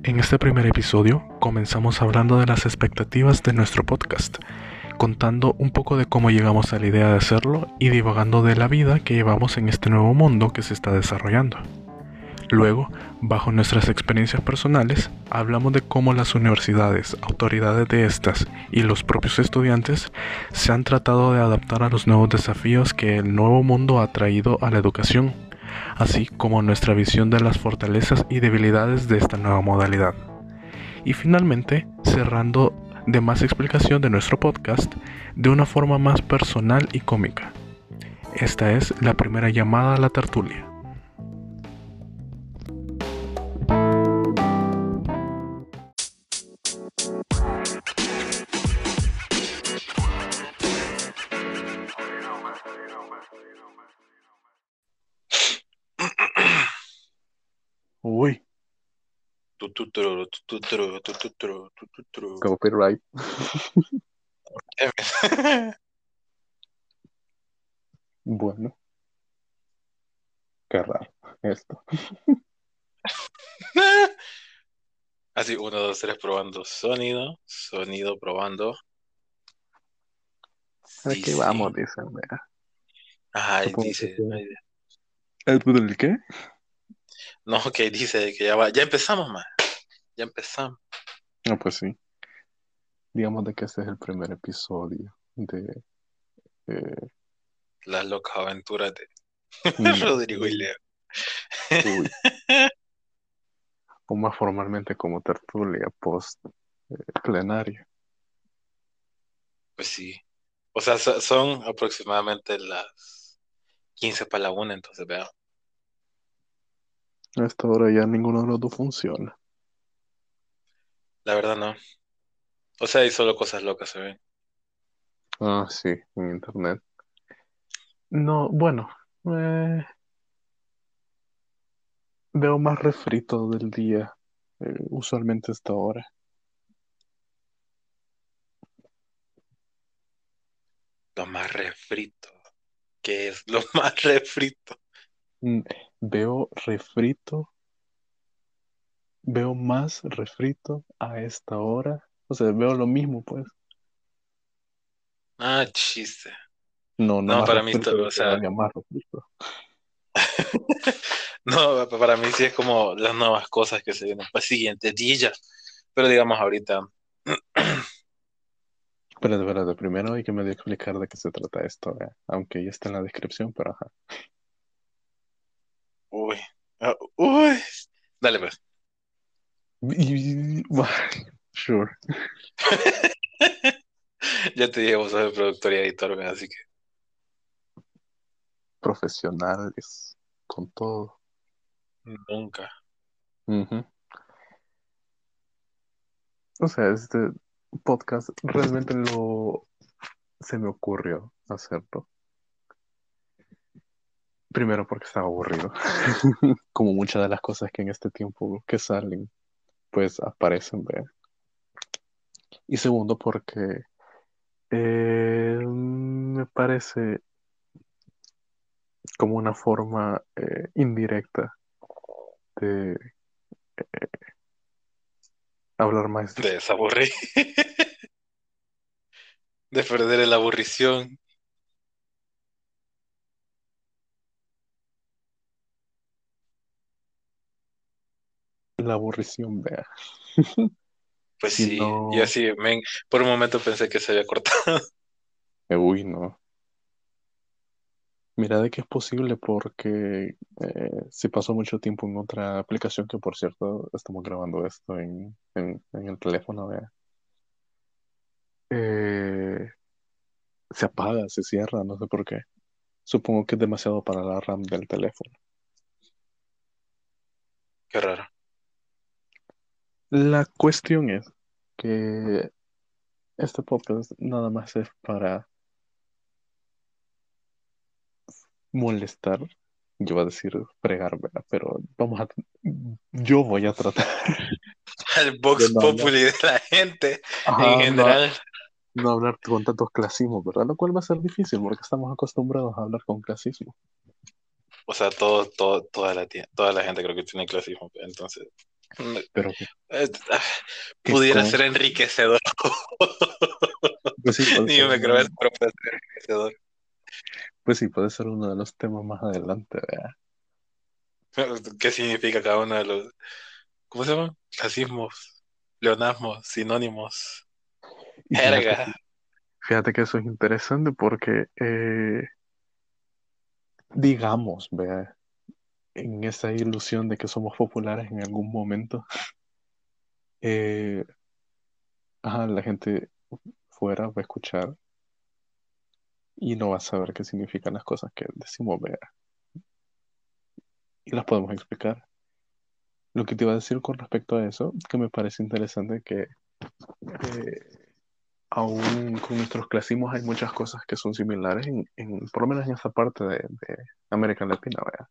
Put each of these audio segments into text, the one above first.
En este primer episodio comenzamos hablando de las expectativas de nuestro podcast, contando un poco de cómo llegamos a la idea de hacerlo y divagando de la vida que llevamos en este nuevo mundo que se está desarrollando. Luego, bajo nuestras experiencias personales, hablamos de cómo las universidades, autoridades de estas y los propios estudiantes se han tratado de adaptar a los nuevos desafíos que el nuevo mundo ha traído a la educación, así como nuestra visión de las fortalezas y debilidades de esta nueva modalidad. Y finalmente, cerrando de más explicación de nuestro podcast de una forma más personal y cómica. Esta es la primera llamada a la tertulia. Uy, copyright. Bueno, qué raro esto. Así, 1, 2, 3, probando sonido, probando. Sí, Aquí sí. vamos, dicen, vea. Ay, Supongo que dice. sí. Ay, ¿El qué? no, que dice que ya va. Ya empezamos, man. Ya empezamos. No, pues sí. Digamos de que este es el primer episodio de... eh, Las locas aventuras de no, Rodrigo y Leo. uy, o más formalmente como tertulia post plenario. Pues sí. O sea, son aproximadamente las 15 para la 1, entonces veo. A esta hora ya ninguno de los dos funciona. La verdad no. O sea, hay solo cosas locas, se ven. Ah, sí, en internet. No, bueno, veo más refrito del día, usualmente a esta hora. Lo más refrito. ¿Qué es lo más refrito? Mm, Veo refrito, veo más refrito a esta hora. O sea, veo lo mismo, pues. Ah, chiste. No, no No, más para mí, refrito de o que sea, haya más refrito. no, para mí sí es como las nuevas cosas que se vienen para el siguiente día. Pero digamos ahorita, Espérate, primero hay que medio explicar de qué se trata esto, aunque ya está en la descripción, pero ajá. uy, uy, dale pues. Sure. Ya te dije, vos sos el productor y editor, ¿verdad? Así que Profesionales, con todo. nunca. Ujú. O sea, este podcast realmente se me ocurrió hacerlo. Primero porque estaba aburrido, como muchas de las cosas que en este tiempo que salen, pues aparecen, ¿ve? Y segundo porque me parece como una forma indirecta de hablar más. De desaburrir, de perder la aburrición. La aburrición, vea. Pues Si sí, y no, así, por un momento pensé que se había cortado. uy, no. Mira de que es posible porque si pasó mucho tiempo en otra aplicación que por cierto estamos grabando esto en el teléfono, vea. Eh, Se apaga, se cierra, no sé por qué. Supongo que es demasiado para la RAM del teléfono. Qué raro. La cuestión es que este podcast nada más es para molestar. Yo iba a decir fregar, ¿verdad? Pero yo voy a tratar El de Vox no hablar. Populi de la gente en Ajá, no, general. no hablar con tantos clasismos, ¿verdad? Lo cual va a ser difícil porque estamos acostumbrados a hablar con clasismo. O sea, toda la gente creo que tiene clasismo, entonces. pero Eh, ah, que Pudiera con, ser enriquecedor. pues sí, puede Ni ser yo me creo eso, pero puede ser enriquecedor. pues sí, puede ser uno de los temas más adelante, ¿verdad? ¿Qué significa cada uno de los, ¿cómo se llaman? Clasismos, leonasmos, sinónimos, Y jerga. fíjate que eso es interesante porque, digamos, vea, en esa ilusión de que somos populares en algún momento, eh, ajá, la gente fuera va a escuchar y no va a saber qué significan las cosas que decimos, vea, y las podemos explicar. Lo que te iba a decir con respecto a eso, que me parece interesante que aún con nuestros clasismos hay muchas cosas que son similares por lo menos en esa parte de América Latina, vea.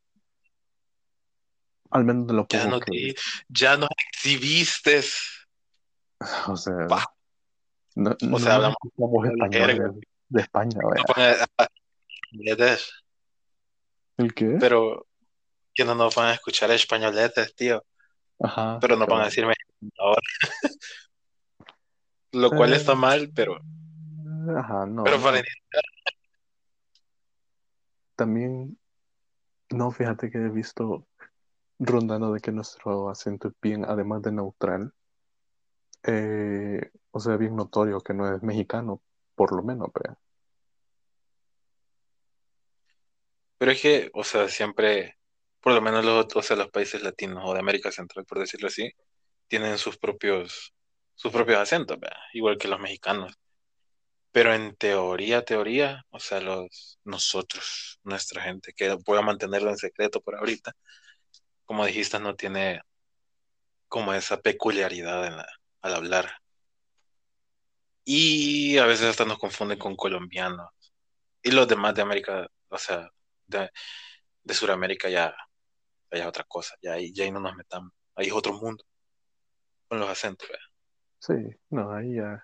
Al menos de lo Ya poco no que, te, ya nos exhibiste. o sea, Pa. O no sea, nos hablamos escuchamos de jerga. españoles de España, No vea. pongan españoletes, ¿El qué? pero que no nos van a escuchar españoletes, tío. Ajá, Pero no van a cabrón. decirme ahora, lo cual está Eh, mal, ajá, no, pero para no. También, no, fíjate que he visto rondando de que nuestro acento es bien, además de neutral, o sea, bien notorio que no es mexicano, por lo menos, vea. pero es que, o sea, siempre, por lo menos o sea, los países latinos o de América Central, por decirlo así, tienen sus propios acentos, ¿verdad? Igual que los mexicanos. Pero en teoría, o sea, nosotros, nuestra gente, que voy a mantenerlo en secreto por ahorita, como dijiste, no tiene como esa peculiaridad al hablar. Y a veces hasta nos confunden con colombianos. Y los demás de América, o sea, de, de Sudamérica ya es otra cosa, ya ahí no nos metamos. Ahí es otro mundo con los acentos, ¿verdad? Sí, no, ahí ya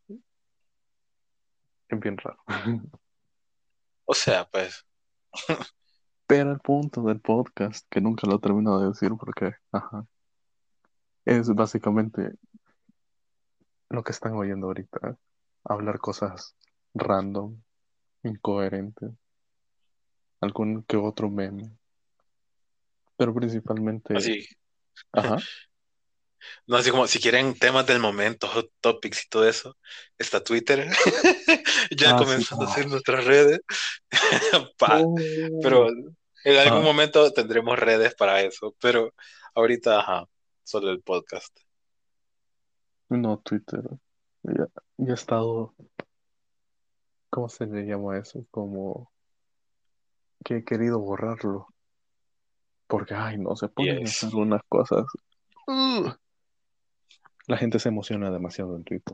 es bien raro. O sea, pues, Pero el punto del podcast, que nunca lo he terminado de decir porque, ajá, es básicamente lo que están oyendo ahorita, hablar cosas random, incoherentes, algún que otro meme, pero principalmente, así, ajá, no así como si quieren temas del momento, hot topics y todo eso, está Twitter, ya ah, sí, comenzando a hacer nuestras redes, pa, pero oh, en algún ah, momento tendremos redes para eso, pero ahorita, ajá, solo el podcast. no, Twitter, ya, ya he estado, ¿cómo se le llama eso? Como que he querido borrarlo, porque, ay, no, se Y ponen a hacer unas cosas. ¡Ugh! La gente se emociona demasiado en Twitter.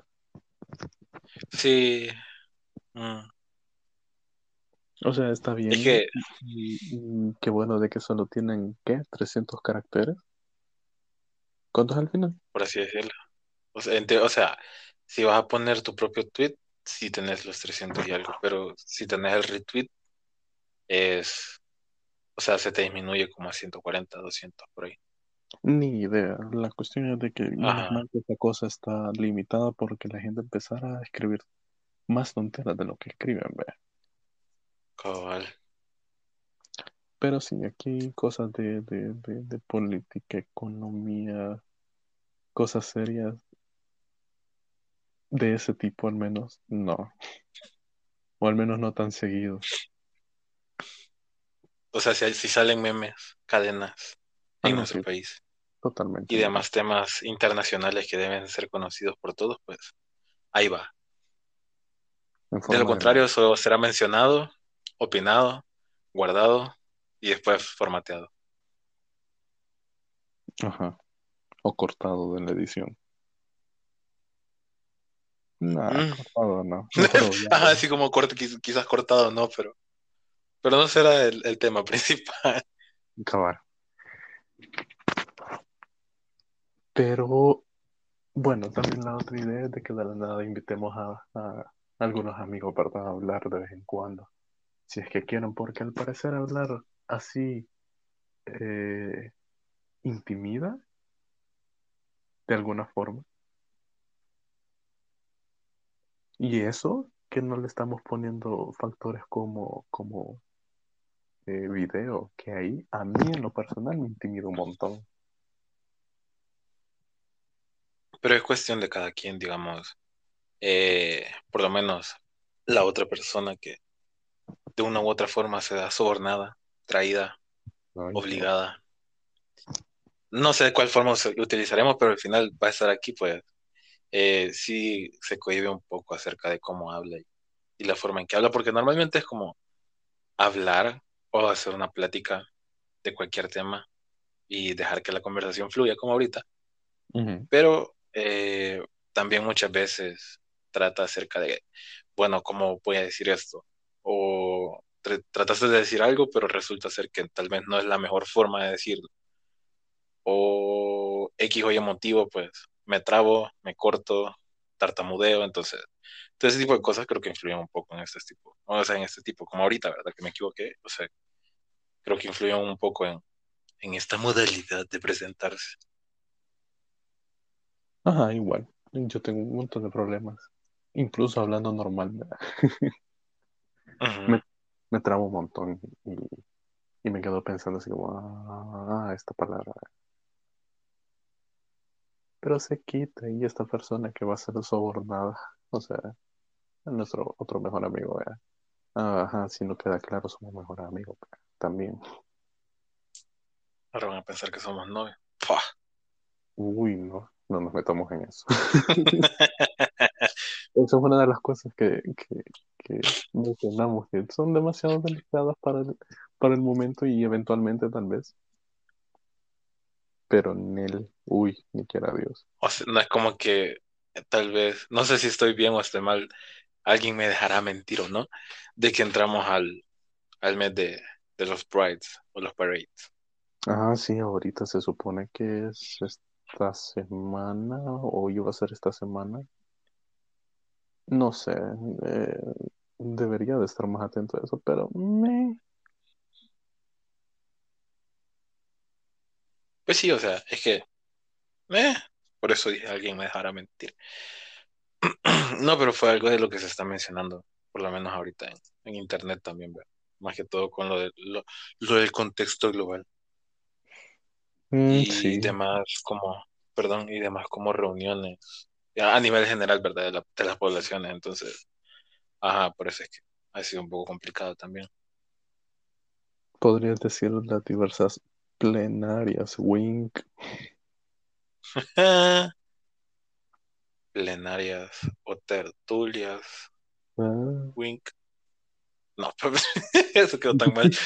sí, mm, O sea, está es bien. que, Y qué bueno de que solo tienen, ¿qué? 300 caracteres. ¿Cuántos al final? por así decirlo, o sea, o sea, si vas a poner tu propio tweet, sí tenés los 300 y algo, pero si tenés el retweet, es, o sea, se te disminuye como a 140 200 por ahí. Ni idea. La cuestión es de que menos Ajá, mal que esta cosa está limitada porque la gente empezara a escribir más tonteras de lo que escriben, ¿ve? cabal. Pero sí, aquí cosas de política, economía, cosas serias de ese tipo al menos, no. O al menos no tan seguido. O sea, si salen memes, cadenas Ah, en no, nuestro sí, país totalmente y no. demás temas internacionales que deben ser conocidos por todos, pues ahí va. En De lo forma de contrario, meme. eso será mencionado, opinado, guardado y después formateado. Ajá. O cortado de la edición. Nah, Mm. cortado no. Mejor Ajá, obviado. así como quizás cortado, no, pero no será el tema principal. Acabar. Pero bueno, también la otra idea es de que de la nada invitemos a algunos amigos, ¿verdad? A hablar de vez en cuando. Si es que quieren, porque al parecer hablar así eh, intimida. de alguna forma. Y eso que no le estamos poniendo factores como video, que ahí a mí en lo personal me intimida un montón. Pero es cuestión de cada quien, digamos, por lo menos la otra persona que de una u otra forma se da sobornada, traída, Ay, no. obligada. No sé cuál forma utilizaremos, pero al final va a estar aquí, pues sí se cohíbe un poco acerca de cómo habla y la forma en que habla, porque normalmente es como hablar o hacer una plática de cualquier tema y dejar que la conversación fluya como ahorita, Ujú. pero también muchas veces trata acerca de, bueno, ¿cómo voy a decir esto? O trataste de decir algo, pero resulta ser que tal vez no es la mejor forma de decirlo. O X o Y motivo, pues me trabo, me corto, tartamudeo, entonces, todo ese tipo de cosas creo que influyen un poco en este tipo, o sea, en este tipo, como ahorita, ¿verdad? Que me equivoqué, o sea, creo que influyen un poco en esta modalidad de presentarse. Ajá, igual. Yo tengo un montón de problemas. Incluso hablando normal, ¿verdad? Ujú. me, me trabo un montón y me quedo pensando así como, esta palabra. Pero se quita y esta persona que va a ser sobornada, o sea, nuestro otro mejor amigo, ¿verdad? Ajá, si no queda claro, somos mejor amigos, ¿verdad? También. Ahora van a pensar que somos novios. ¡Pua! Uy, no, no nos metamos en eso. Eso es una de las cosas que mencionamos, que son demasiado delicadas para el momento y eventualmente tal vez, pero Nel, uy, ni quiera Dios. O sea, no es como que tal vez, no sé si estoy bien o estoy mal, alguien me dejará mentir o no, de que entramos al mes de los Brides o los Parades. Ah, sí, ahorita se supone que es esta semana o iba a ser esta semana. No sé, eh, debería de estar más atento a eso, pero Pues sí, o sea, es que, eh, por eso dije, alguien me dejará mentir. No, pero fue algo de lo que se está mencionando, por lo menos ahorita en internet también, ¿verdad? Más que todo con lo del contexto global y sí, demás como, perdón, y demás como reuniones ya a nivel general, ¿verdad? De las poblaciones. Entonces, ajá, por eso es que ha sido un poco complicado también. podrías decir las diversas plenarias, wink. Plenarias o tertulias, Ah. wink. No, eso quedó tan mal.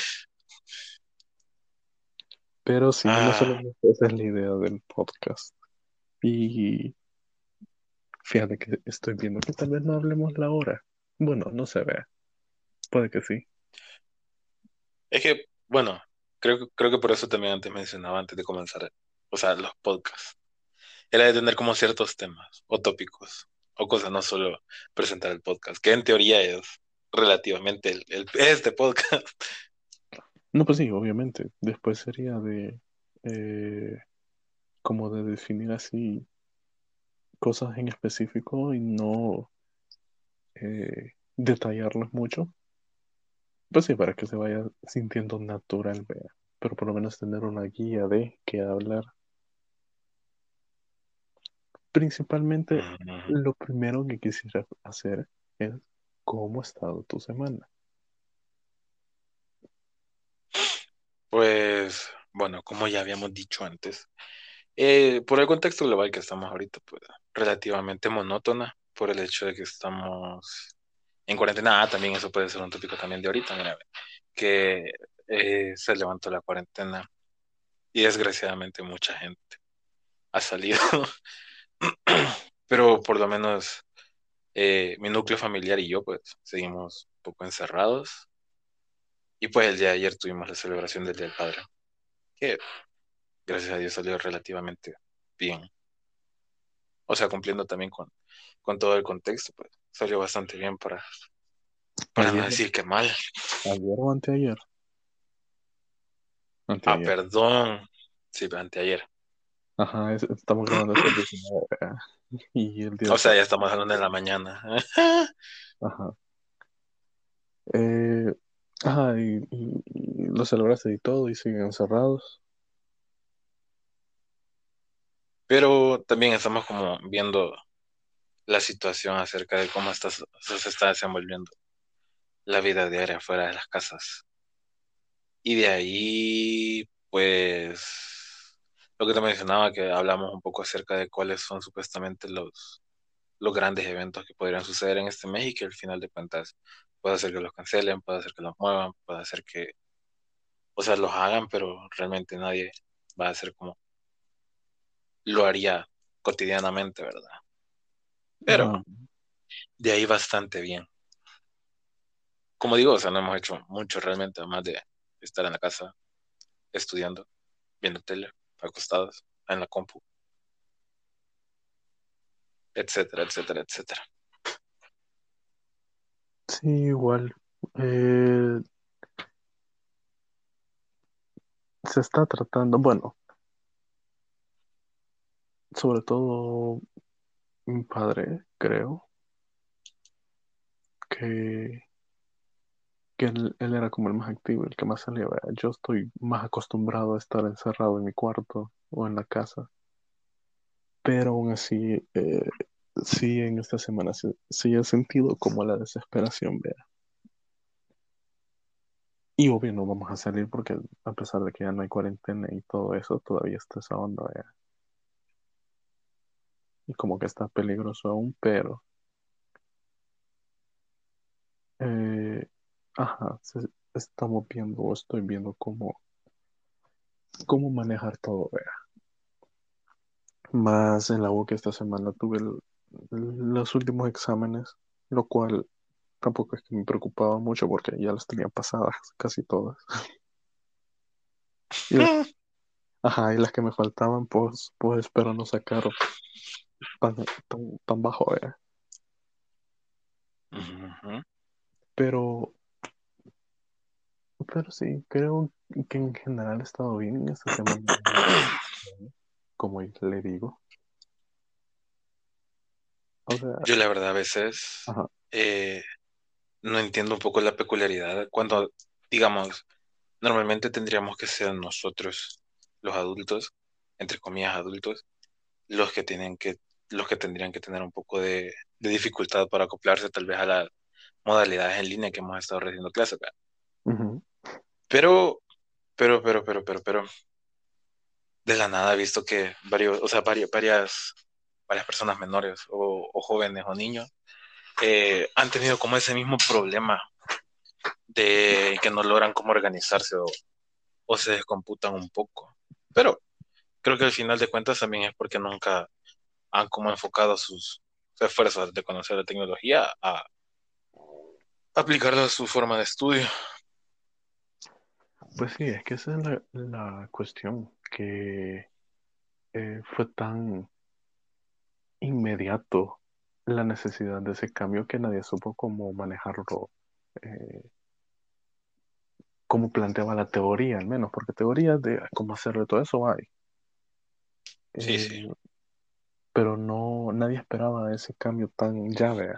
Pero sí, no Ah, solamente esa es la idea del podcast. Y fíjate que estoy viendo que tal vez no hablemos la hora. Bueno, no se ve. Puede que sí. es que, bueno, creo que por eso también antes mencionaba, antes de comenzar, o sea, los podcasts. Era de tener como ciertos temas o tópicos o cosas, no solo presentar el podcast, que en teoría es relativamente este podcast. No, pues sí, obviamente. Después sería de eh, como de definir así cosas en específico y no detallarlas mucho. Pues sí, para que se vaya sintiendo natural, vea. Pero por lo menos tener una guía de qué hablar. Principalmente, Ujú. lo primero que quisiera hacer es cómo ha estado tu semana. Pues, bueno, como ya habíamos dicho antes, por el contexto global que estamos ahorita, pues relativamente monótona, por el hecho de que estamos en cuarentena. También eso puede ser un tópico también de ahorita, mira, que se levantó la cuarentena y desgraciadamente mucha gente ha salido, pero por lo menos mi núcleo familiar y yo, pues seguimos un poco encerrados. Y pues el día de ayer tuvimos la celebración del Día del Padre, que gracias a Dios salió relativamente bien. O sea, cumpliendo también con todo el contexto, pues salió bastante bien para no Ayer, decir que mal. ayer o Ah, anteayer. perdón, sí, anteayer. Ajá, estamos grabando esto el 19, y el día O de sea, San. ya estamos hablando de la mañana. Ajá. Eh, ajá, y lo celebraste y todo, y siguen encerrados. Pero también estamos como viendo la situación acerca de cómo se está desenvolviendo la vida diaria fuera de las casas. Y de ahí, pues, lo que te mencionaba, que hablamos un poco acerca de cuáles son supuestamente los grandes eventos que podrían suceder en este mes y que al final de cuentas puede ser que los cancelen, puede ser que los muevan, puede ser que, o sea, los hagan, pero realmente nadie va a hacer como lo haría cotidianamente, ¿verdad? Pero Ajá. de ahí bastante bien. Como digo, o sea, no hemos hecho mucho realmente, además de estar en la casa estudiando, viendo tele, acostados en la compu, etcétera, etcétera, etcétera. Sí, igual. Eh, Se está tratando, bueno, sobre todo mi padre, creo, que, que él era como el más activo, el que más salía. ¿Verdad? Yo estoy más acostumbrado a estar encerrado en mi cuarto o en la casa, pero aún así, sí, en esta semana sí he sentido como la desesperación, vea. Y obvio no vamos a salir porque a pesar de que ya no hay cuarentena y todo eso, todavía está esa onda, vea. Y como que está peligroso aún, pero eh, ajá, estamos viendo o estoy viendo cómo manejar todo, vea. Más en la U que esta semana tuve los últimos exámenes, lo cual tampoco es que me preocupaba mucho porque ya las tenía pasadas casi todas. Y las, ajá, y las que me faltaban, pues espero no sacar tan bajo, vea. Ujú. Pero, pero sí, creo que en general he estado bien esta semana, como le digo. O sea, Yo la verdad a veces ajá. eh, no entiendo un poco la peculiaridad cuando, digamos, normalmente tendríamos que ser nosotros, los adultos, entre comillas adultos, los que los que tendrían que tener un poco de dificultad para acoplarse tal vez a las modalidades en línea que hemos estado recibiendo clases, ¿verdad? Ujú. Pero, pero, de la nada he visto que varios, o sea, varias personas menores o jóvenes o niños han tenido como ese mismo problema de que no logran cómo organizarse o se descomputan un poco. Pero creo que al final de cuentas también es porque nunca han como enfocado sus esfuerzos de conocer la tecnología a aplicarla a su forma de estudio. Pues sí, es que esa es la cuestión, que fue tan inmediato la necesidad de ese cambio que nadie supo cómo manejarlo, eh, cómo planteaba la teoría al menos, porque teorías de cómo hacerlo y todo eso hay, Sí, sí, eh, pero no, nadie esperaba ese cambio tan llave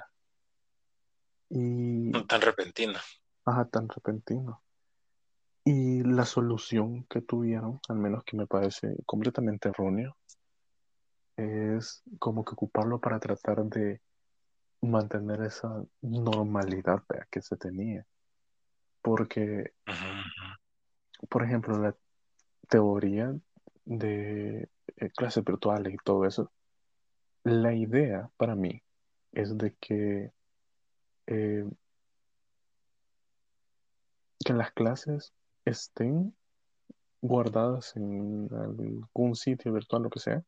y tan repentina. ajá, tan repentino. Y la solución que tuvieron, al menos que me parece completamente erróneo, es como que ocuparlo para tratar de mantener esa normalidad, vea, que se tenía. Porque, Ujú, por ejemplo, la teoría de clases virtuales y todo eso, la idea para mí es de eh, que las clases estén guardadas en algún sitio virtual, lo que sea,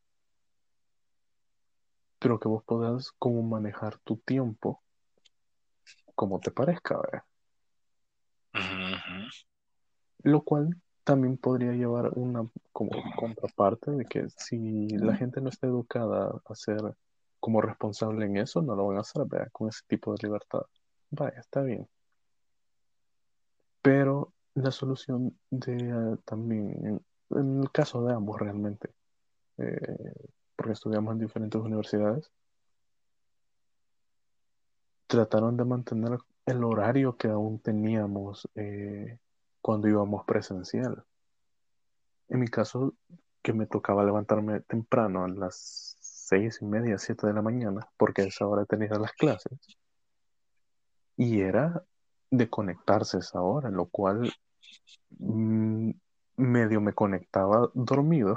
pero que vos puedas como manejar tu tiempo como te parezca, ¿verdad? ujú, ujú. Lo cual también podría llevar una como contraparte de que si la gente no está educada a ser como responsable en eso, no lo van a hacer, ¿verdad? Con ese tipo de libertad. Vaya, está bien. Pero la solución de también, en el caso de ambos realmente, porque estudiamos en diferentes universidades, trataron de mantener el horario que aún teníamos cuando íbamos presencial. En mi caso, que me tocaba levantarme temprano a las 6:30, 7 de la mañana, porque a esa hora tenía las clases, y era de conectarse a esa hora, lo cual mm, medio me conectaba dormido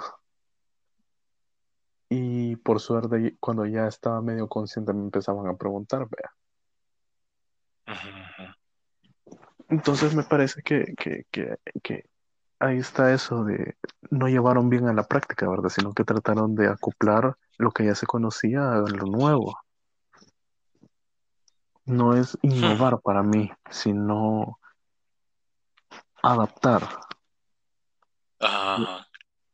y por suerte cuando ya estaba medio consciente me empezaban a preguntar, vea. Ujú, ujú. Entonces me parece que ahí está eso de no llevaron bien a la práctica, ¿verdad? Sino que trataron de acoplar lo que ya se conocía a lo nuevo. No es Hmm. innovar para mí, sino adaptar. Ajá.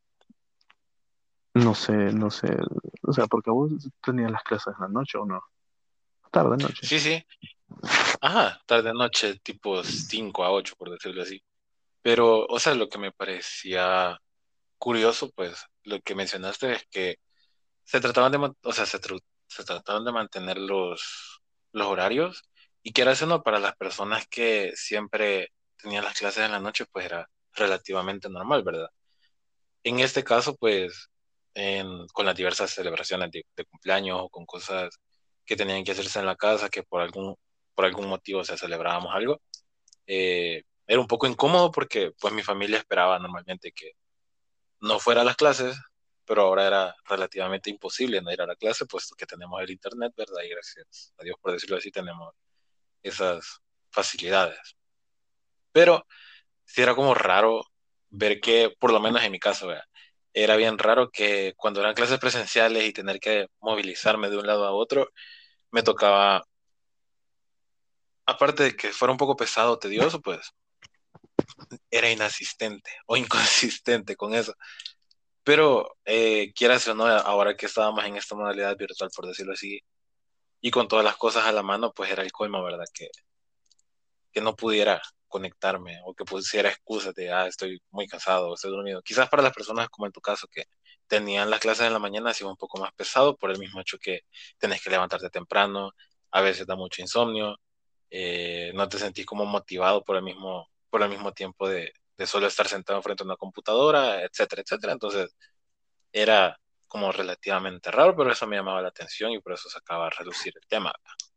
No sé, no sé. O sea, porque vos tenías las clases en la noche o no. Tarde, noche. Sí, sí. Ajá, tarde noche, tipo 5 a 8 por decirlo así. Pero, o sea, lo que me parecía curioso, pues, lo que mencionaste es que se trataban de, o sea, se trataban de mantener los horarios y que era eso, ¿no? Para las personas que siempre tenían las clases en la noche, pues era relativamente normal, ¿verdad? En este caso, pues, con las diversas celebraciones de cumpleaños o con cosas que tenían que hacerse en la casa, que por algún motivo, o sea, celebrábamos algo, era un poco incómodo porque, pues, mi familia esperaba normalmente que no fuera a las clases, pero ahora era relativamente imposible no ir a la clase, puesto que tenemos el internet, ¿verdad? Y gracias a Dios, por decirlo así, tenemos esas facilidades. Pero sí era como raro ver que, por lo menos en mi caso, ¿verdad? Era bien raro que cuando eran clases presenciales y tener que movilizarme de un lado a otro, me tocaba, aparte de que fuera un poco pesado o tedioso, pues era inasistente o inconsistente con eso. Pero quieras o no, ahora que estábamos en esta modalidad virtual, por decirlo así, y con todas las cosas a la mano, pues era el colmo, ¿verdad? Que no pudiera conectarme o que pusiera excusas de, estoy muy cansado, estoy dormido. Quizás para las personas como en tu caso, que tenían las clases en la mañana, ha sido un poco más pesado por el mismo hecho que tenés que levantarte temprano, a veces da mucho insomnio, no te sentís como motivado por el mismo tiempo de solo estar sentado frente a una computadora, etcétera, etcétera. Entonces, era como relativamente raro, pero eso me llamaba la atención y por eso sacaba a relucir el tema.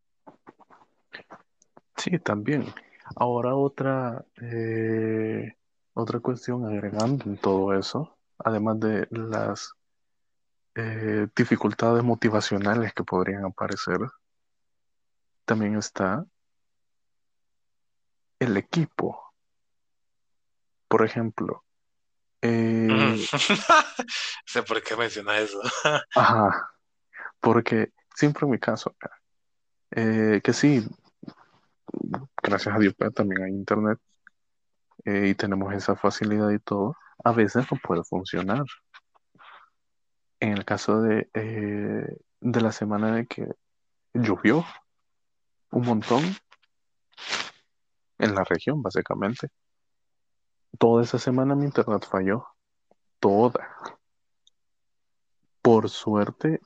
Sí, también. Ahora otra cuestión agregando en todo eso, además de las dificultades motivacionales que podrían aparecer, también está el equipo. Por ejemplo, Ujú. eh, Sé por qué mencionas eso. ajá, porque siempre en mi caso, que sí, gracias a Dios, pues, también hay internet y tenemos esa facilidad y todo, a veces no puede funcionar. En el caso de la semana de que llovió un montón en la región, básicamente. Toda esa semana mi internet falló, toda. Por suerte,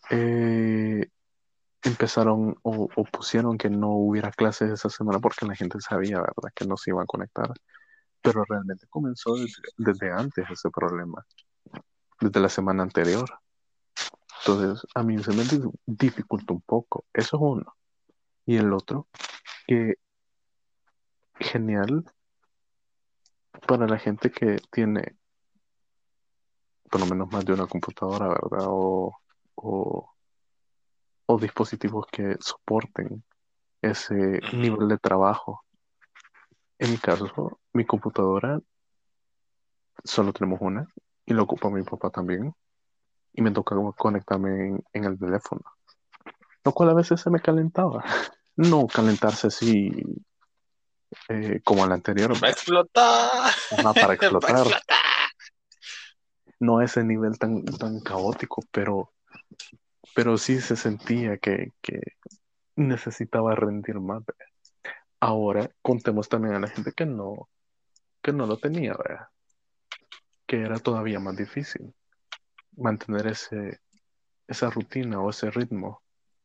empezaron o pusieron que no hubiera clases esa semana porque la gente sabía, ¿verdad?, que no se iban a conectar. Pero realmente comenzó desde antes ese problema, desde la semana anterior. Entonces, a mí se me dificulta un poco. Eso es uno. Y el otro, que genial para la gente que tiene por lo menos más de una computadora, ¿verdad? O, o dispositivos que soporten ese Ujú, nivel de trabajo. En mi caso, mi computadora solo tenemos una y la ocupa mi papá también. Y me toca como conectarme en el teléfono, lo cual a veces se me calentaba. No calentarse así como el anterior, Va a ¿verdad? explotar. Ajá, para Va a explotar. explotar. No a ese nivel tan caótico, pero sí se sentía que necesitaba rendir más. Ahora contemos también a la gente que no lo tenía, ¿verdad? Que era todavía más difícil. mantener esa rutina o ese ritmo.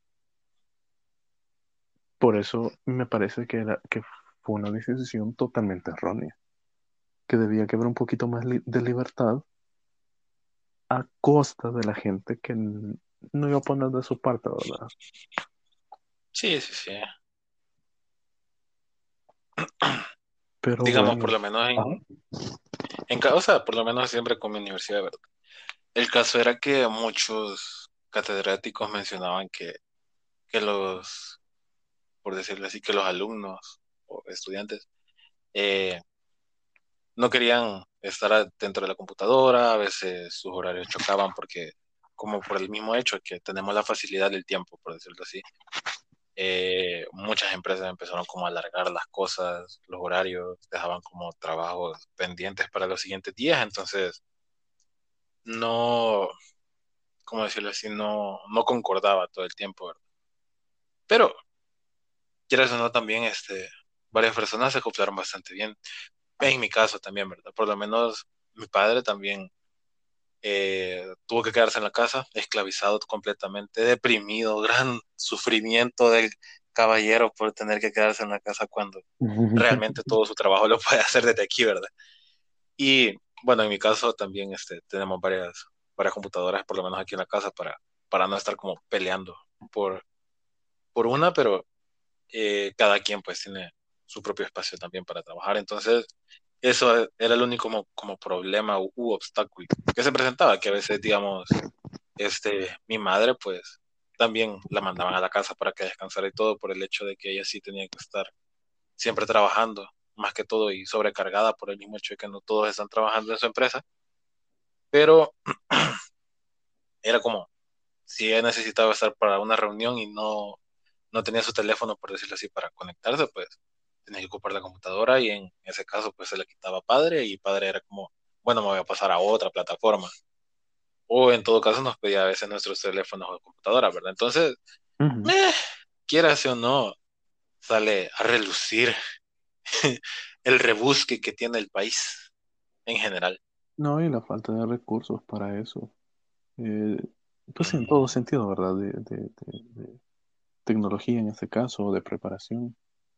Por eso me parece que fue una decisión totalmente errónea, que debía que haber un poquito más de libertad a costa de la gente que no iba a poner de su parte, ¿verdad? Sí, sí, sí. Pero Digamos, por bueno, lo menos ajá. o sea, por lo menos siempre con mi universidad, ¿verdad? El caso era que muchos catedráticos mencionaban que los, por decirlo así, que los alumnos o estudiantes eh, no querían estar dentro de la computadora, a veces sus horarios chocaban porque, como por el mismo hecho que tenemos la facilidad del tiempo, por decirlo así, muchas empresas empezaron como a alargar las cosas, los horarios, dejaban como trabajos pendientes para los siguientes días, entonces no, ¿cómo decirlo así? No concordaba todo el tiempo, ¿verdad? Pero, quieras o no, también varias personas se acoplaron bastante bien. En mi caso también, ¿verdad? Por lo menos mi padre también tuvo que quedarse en la casa, esclavizado completamente, deprimido, gran sufrimiento del caballero por tener que quedarse en la casa cuando realmente todo su trabajo lo puede hacer desde aquí, ¿verdad? Y bueno, en mi caso también tenemos varias computadoras, por lo menos aquí en la casa, para no estar como peleando por, por una, pero cada quien pues tiene su propio espacio también para trabajar. Entonces, eso era el único como problema u obstáculo que se presentaba, que a veces, digamos, mi madre pues también la mandaban a la casa para que descansara y todo por el hecho de que ella sí tenía que estar siempre trabajando, más que todo y sobrecargada por el mismo hecho de que no todos están trabajando en su empresa, pero era como si ella necesitaba estar para una reunión y no tenía su teléfono, por decirlo así, para conectarse, pues tenía que ocupar la computadora y en ese caso pues se le quitaba padre y padre era como, bueno, me voy a pasar a otra plataforma. O en todo caso nos pedía a veces nuestros teléfonos o computadora, ¿verdad? Entonces, Ujú. eh, quieras o no, sale a relucir el rebusque que tiene el país en general. No, y la falta de recursos para eso. Eh, pues sí, en Mm. todo sentido, ¿verdad? De tecnología en este caso, de preparación.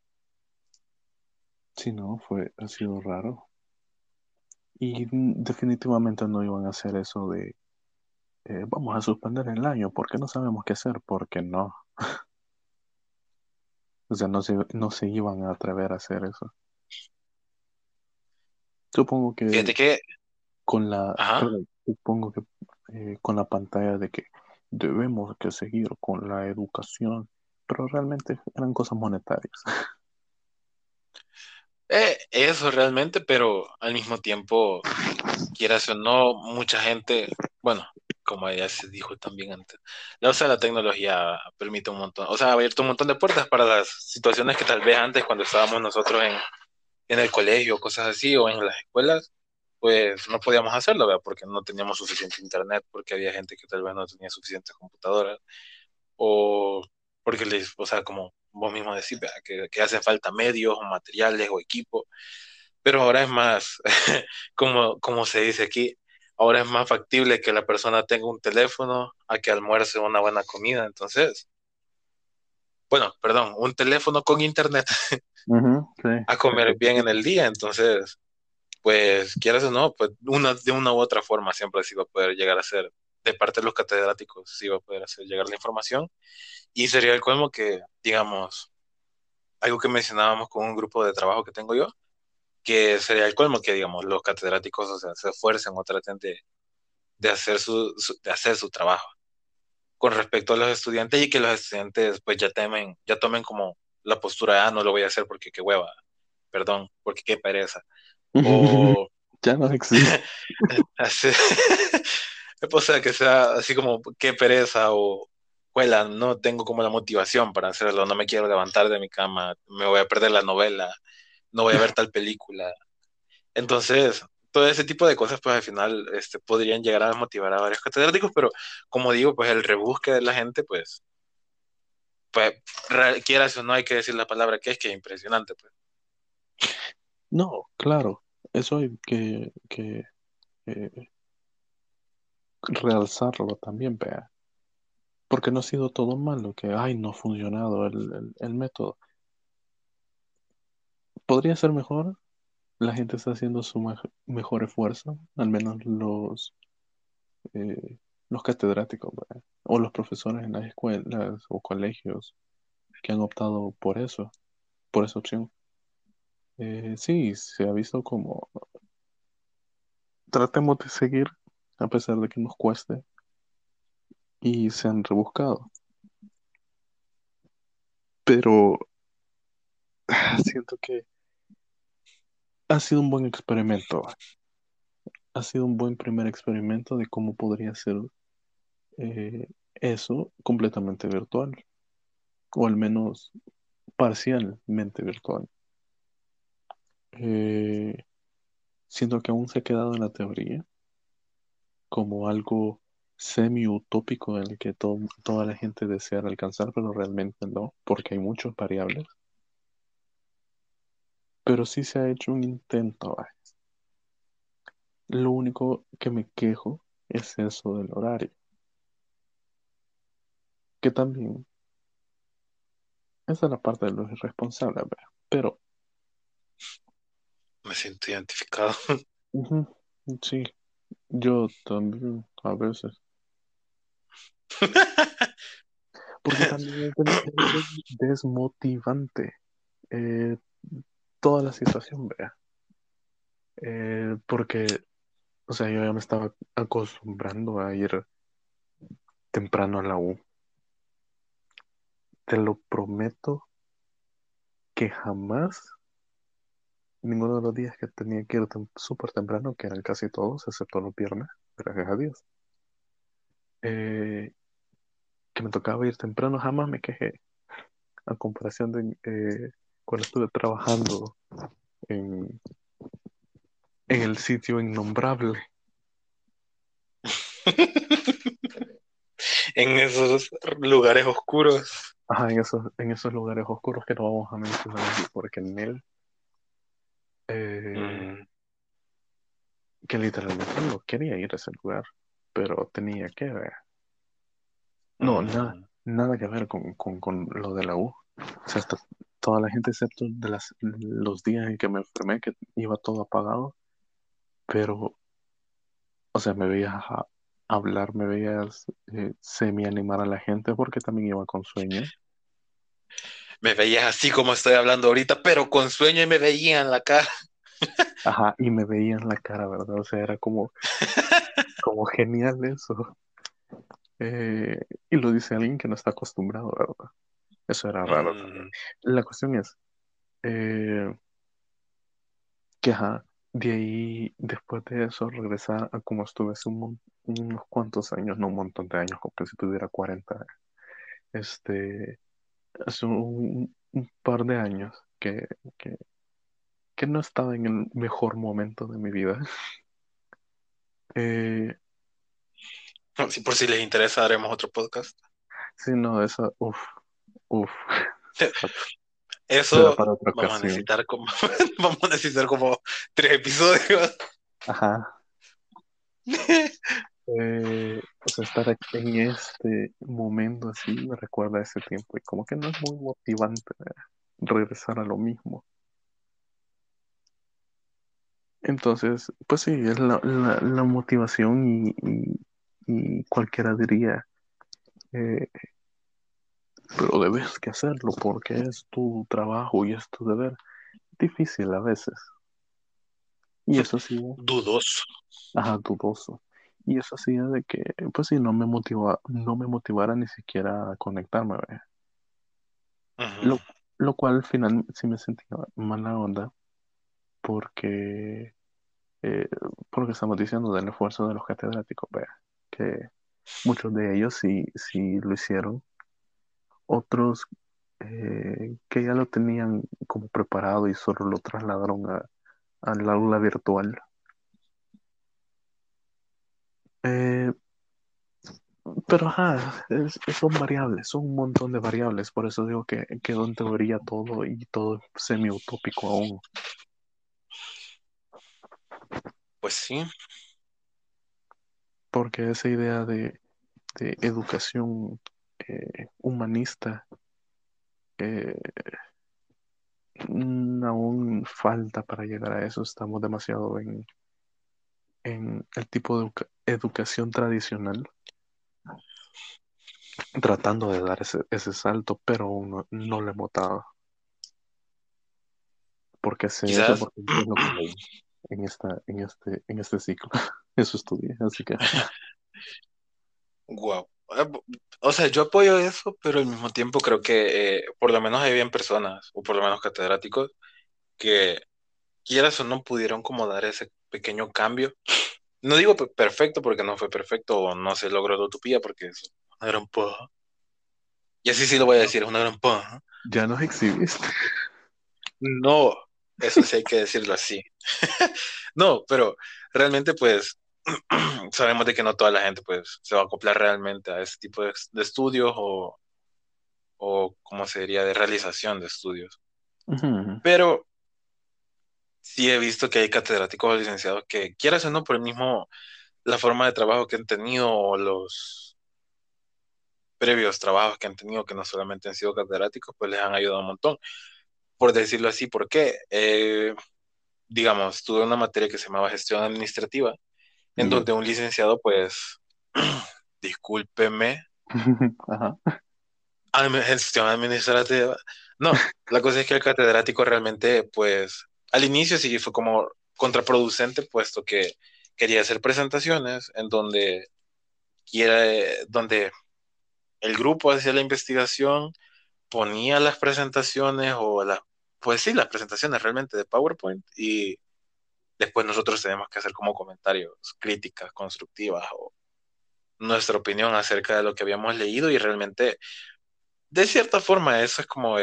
Si no, ha sido raro. Y definitivamente no iban a hacer eso de vamos a suspender el año porque no sabemos qué hacer, porque no. O sea, no se iban a atrever a hacer eso. Supongo que Fíjate que, ajá, perdón, supongo que con la pantalla de que debemos que seguir con la educación, pero realmente eran cosas monetarias. eso realmente, pero al mismo tiempo, quieras o no, mucha gente, bueno, como ya se dijo también antes, la tecnología permite un montón, o sea, ha abierto un montón de puertas para las situaciones que tal vez antes, cuando estábamos nosotros en el colegio, cosas así, o en las escuelas, pues no podíamos hacerlo, ¿verdad? Porque no teníamos suficiente internet, porque había gente que tal vez no tenía suficientes computadoras, o porque o sea, como vos mismo decís, ¿verdad? Que hacen falta medios, o materiales, o equipo, pero ahora es más, como se dice aquí, ahora es más factible que la persona tenga un teléfono a que almuerce una buena comida, entonces, bueno, perdón, un teléfono con internet Ujú, sí, a comer bien en exacto. el día, entonces pues quieras o no, pues de una u otra forma siempre sí va a poder llegar a ser, de parte de los catedráticos, sí va a poder hacer llegar la información. Y sería el colmo que, digamos, algo que mencionábamos con un grupo de trabajo que tengo yo, que sería el colmo que, digamos, los catedráticos, o sea, se esfuercen o traten de hacer de hacer su trabajo con respecto a los estudiantes y que los estudiantes pues ya tomen como la postura de, no lo voy a hacer porque qué hueva, perdón, porque qué pereza. O Ya no existe. así, o sea, que sea así como qué pereza o juela, no tengo como la motivación para hacerlo, no me quiero levantar de mi cama, me voy a perder la novela, no voy a ver tal película. Entonces, todo ese tipo de cosas, pues al final podrían llegar a motivar a varios catedráticos, pero como digo, pues el rebusque de la gente, pues quieras o no hay que decir la palabra que es impresionante, pues. No, claro, eso hay que realzarlo también, vea. Porque no ha sido todo malo, que, ay, no ha funcionado el método. Podría ser mejor, la gente está haciendo su mejor esfuerzo, al menos eh, los catedráticos, vea, o los profesores en las escuelas o colegios que han optado por esa opción. Sí, se ha visto como tratemos de seguir a pesar de que nos cueste y se han rebuscado. Pero siento que ha sido un buen experimento. Ha sido un buen primer experimento de cómo podría ser eso completamente virtual, o al menos parcialmente virtual. Eh, Siento que aún se ha quedado en la teoría como algo semi-utópico en el que toda la gente desea alcanzar, pero realmente no, porque hay muchas variables. Pero sí se ha hecho un intento. Lo único que me quejo es eso del horario, que también esa es la parte de los irresponsables, ¿verdad? Pero, Me siento identificado. ujú, sí, yo también a veces, porque también es desmotivante eh, toda la situación, ¿verdad? Porque, o sea, yo ya me estaba acostumbrando a ir temprano a la U. Te lo prometo que jamás, ninguno de los días que tenía que ir súper temprano, que eran casi todos, excepto los viernes, gracias a Dios, eh, que me tocaba ir temprano, jamás me quejé. A comparación de cuando estuve trabajando en, en el sitio innombrable, En esos lugares oscuros. ajá, en esos lugares oscuros que no vamos a mencionar aquí, porque en él, eh, Mm, que literalmente no quería ir a ese lugar, pero tenía que ver. No, nada, mm. nada que ver con lo de la U. O sea, toda la gente, excepto de los días en que me enfermé, que iba todo apagado, pero, o sea, me veías hablar, me veías semi-animar a la gente porque también iba con sueño. Me veías así como estoy hablando ahorita, pero con sueño y me veía en la cara. Ajá, y me veían la cara, ¿verdad? O sea, era como genial eso. Eh, y lo dice alguien que no está acostumbrado, ¿verdad? Eso era raro también. Mm, La cuestión es eh, que, ajá, de ahí, después de eso, regresar a como estuve hace unos cuantos años, no un montón de años, como que si tuviera 40, este, hace un par de años que, que no estaba en el mejor momento de mi vida. Eh, si por si les interesa, haremos otro podcast. sí, no, eso, uff, será Eso para otra vamos a ocasión. necesitar como, vamos a necesitar como 3 episodios. Ajá. O sea, estar en este momento así me recuerda a ese tiempo y como que no es muy motivante regresar a lo mismo. Entonces, pues sí, es la motivación y cualquiera diría, eh, pero debes que hacerlo porque es tu trabajo y es tu deber. Difícil a veces. Y eso sí, Dudoso. ajá, dudoso. Y eso hacía de que, pues sí, no me motivara ni siquiera a conectarme, ¿ve? Ujú. Lo, lo cual al final sí me sentía mala onda porque, eh, porque estamos diciendo del esfuerzo de los catedráticos, vea, que muchos de ellos sí lo hicieron, otros que ya lo tenían como preparado y solo lo trasladaron al aula virtual. Eh, pero ajá, son variables, son un montón de variables, por eso digo que quedó en teoría todo y todo semi-utópico aún. Pues sí, porque esa idea de educación humanista eh, aún falta para llegar a eso. Estamos demasiado en el tipo de educación tradicional, tratando de dar ese salto, pero aún no lo hemos dado. ¿Por qué sé eso? Quizás, Porque es lo que leí en este ciclo. Eso estudié, así que wow. O sea, yo apoyo eso, pero al mismo tiempo creo que por lo menos habían personas, o por lo menos catedráticos, que quieras o no pudieron como dar ese pequeño cambio. No digo perfecto porque no fue perfecto o no se logró la utopía porque es una gran paja. Y así sí lo voy a decir, es una gran paja. ya nos exhibiste. No, eso sí hay que decirlo así. No, pero realmente pues sabemos de que no toda la gente pues se va a acoplar realmente a ese tipo de estudios o como se diría de realización de estudios. Ujú, Pero sí he visto que hay catedráticos o licenciados que quieras o no por el mismo la forma de trabajo que han tenido o los previos trabajos que han tenido que no solamente han sido catedráticos, pues les han ayudado un montón. Por decirlo así, ¿por qué? Digamos, tuve una materia que se llamaba gestión administrativa, en ya. donde un licenciado, pues, discúlpeme, Ajá. gestión administrativa. No, la cosa es que el catedrático realmente, pues, al inicio sí fue como contraproducente, puesto que quería hacer presentaciones en donde donde el grupo hacía la investigación, ponía las presentaciones pues sí, las presentaciones realmente de PowerPoint y después nosotros tenemos que hacer como comentarios, críticas constructivas o nuestra opinión acerca de lo que habíamos leído y realmente, de cierta forma, eso es como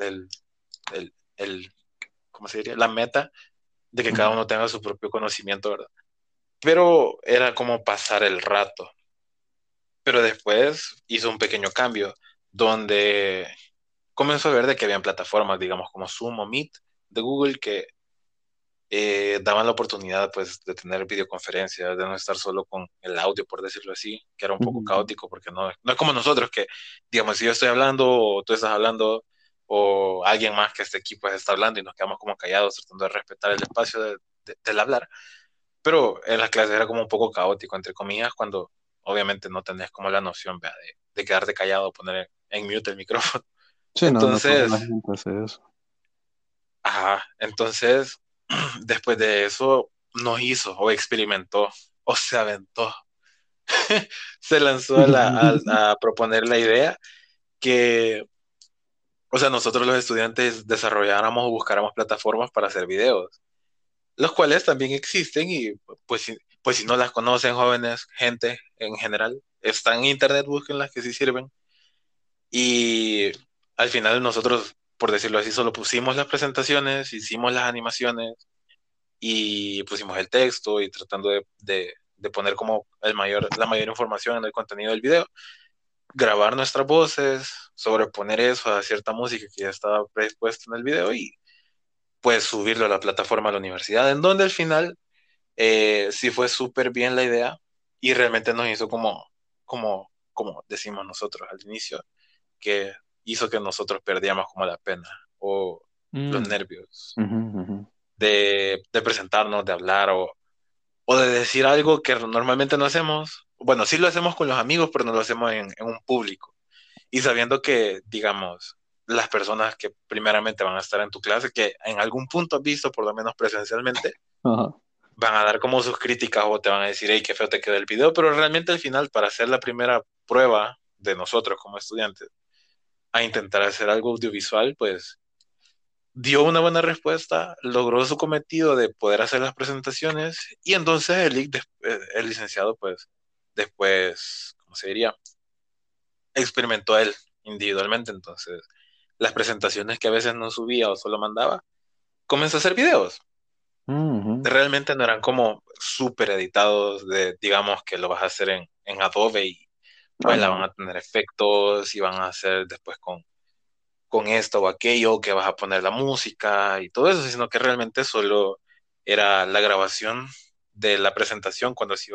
¿cómo se diría? La meta de que cada Ujú, uno tenga su propio conocimiento, ¿verdad? Pero era como pasar el rato. Pero después hizo un pequeño cambio donde comenzó a ver de que habían plataformas, digamos, como Zoom o Meet de Google que daban la oportunidad pues de tener videoconferencias, de no estar solo con el audio, por decirlo así, que era un poco ujú, caótico porque no es como nosotros que, digamos, si yo estoy hablando o tú estás hablando o alguien más que esté aquí pues está hablando y nos quedamos como callados tratando de respetar el espacio del hablar, pero en las clases era como un poco caótico, entre comillas, cuando obviamente no tenés como la noción, vea, de quedarte callado o poner en mute el micrófono. sí, no, no toda Entonces, la gente hace eso. ajá, entonces después de eso nos hizo o experimentó o se aventó, se lanzó a proponer la idea que, o sea, nosotros los estudiantes desarrolláramos o buscáramos plataformas para hacer videos, los cuales también existen y pues si no las conocen jóvenes, gente en general, están en internet, busquen las que sí sirven y al final nosotros, por decirlo así, solo pusimos las presentaciones, hicimos las animaciones y pusimos el texto y tratando de poner como la mayor información en el contenido del video, grabar nuestras voces, sobreponer eso a cierta música que ya estaba predispuesta en el video y pues subirlo a la plataforma de la universidad, en donde al final sí fue súper bien la idea y realmente nos hizo como decimos nosotros al inicio, que hizo que nosotros perdíamos como la pena o los Mm, nervios ujú, ujú. de presentarnos, de hablar o de decir algo que normalmente no hacemos. Bueno, sí lo hacemos con los amigos, pero no lo hacemos en un público. Y sabiendo que, digamos, las personas que primeramente van a estar en tu clase, que en algún punto has visto, por lo menos presencialmente, Ajá. van a dar como sus críticas o te van a decir, hey, qué feo te quedó el video, pero realmente al final, para hacer la primera prueba de nosotros como estudiantes, a intentar hacer algo audiovisual, pues dio una buena respuesta, logró su cometido de poder hacer las presentaciones y entonces el licenciado pues después, ¿cómo se diría? Experimentó él individualmente, entonces las presentaciones que a veces no subía o solo mandaba, comenzó a hacer videos. Ujú. Realmente no eran como súper editados de, digamos, que lo vas a hacer en Adobe y Ah, pues la van no. a tener efectos y van a hacer después con esto o aquello, que vas a poner la música y todo eso, sino que realmente solo era la grabación de la presentación cuando se iba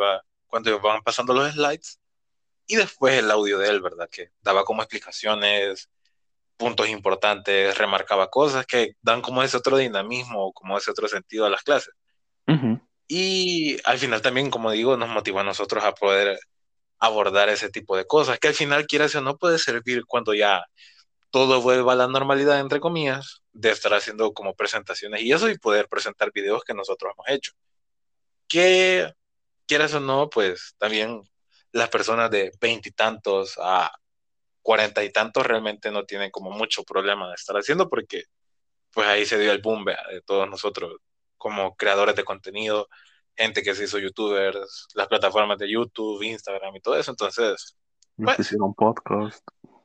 cuando van pasando los slides, y después el audio de él, ¿verdad? Que daba como explicaciones, puntos importantes, remarcaba cosas que dan como ese otro dinamismo, como ese otro sentido a las clases. Ujú. Y al final también, como digo, nos motiva a nosotros a poder abordar ese tipo de cosas, que al final, quieras o no, puede servir cuando ya todo vuelva a la normalidad, entre comillas, de estar haciendo como presentaciones y eso y poder presentar videos que nosotros hemos hecho. Que quieras o no, pues también las personas de veintitantos a cuarenta y tantos realmente no tienen como mucho problema de estar haciendo porque pues ahí se dio el boom, vea, de todos nosotros como creadores de contenido, gente que se hizo youtubers, las plataformas de YouTube, Instagram y todo eso. Entonces, Los que pues, hicieron podcast.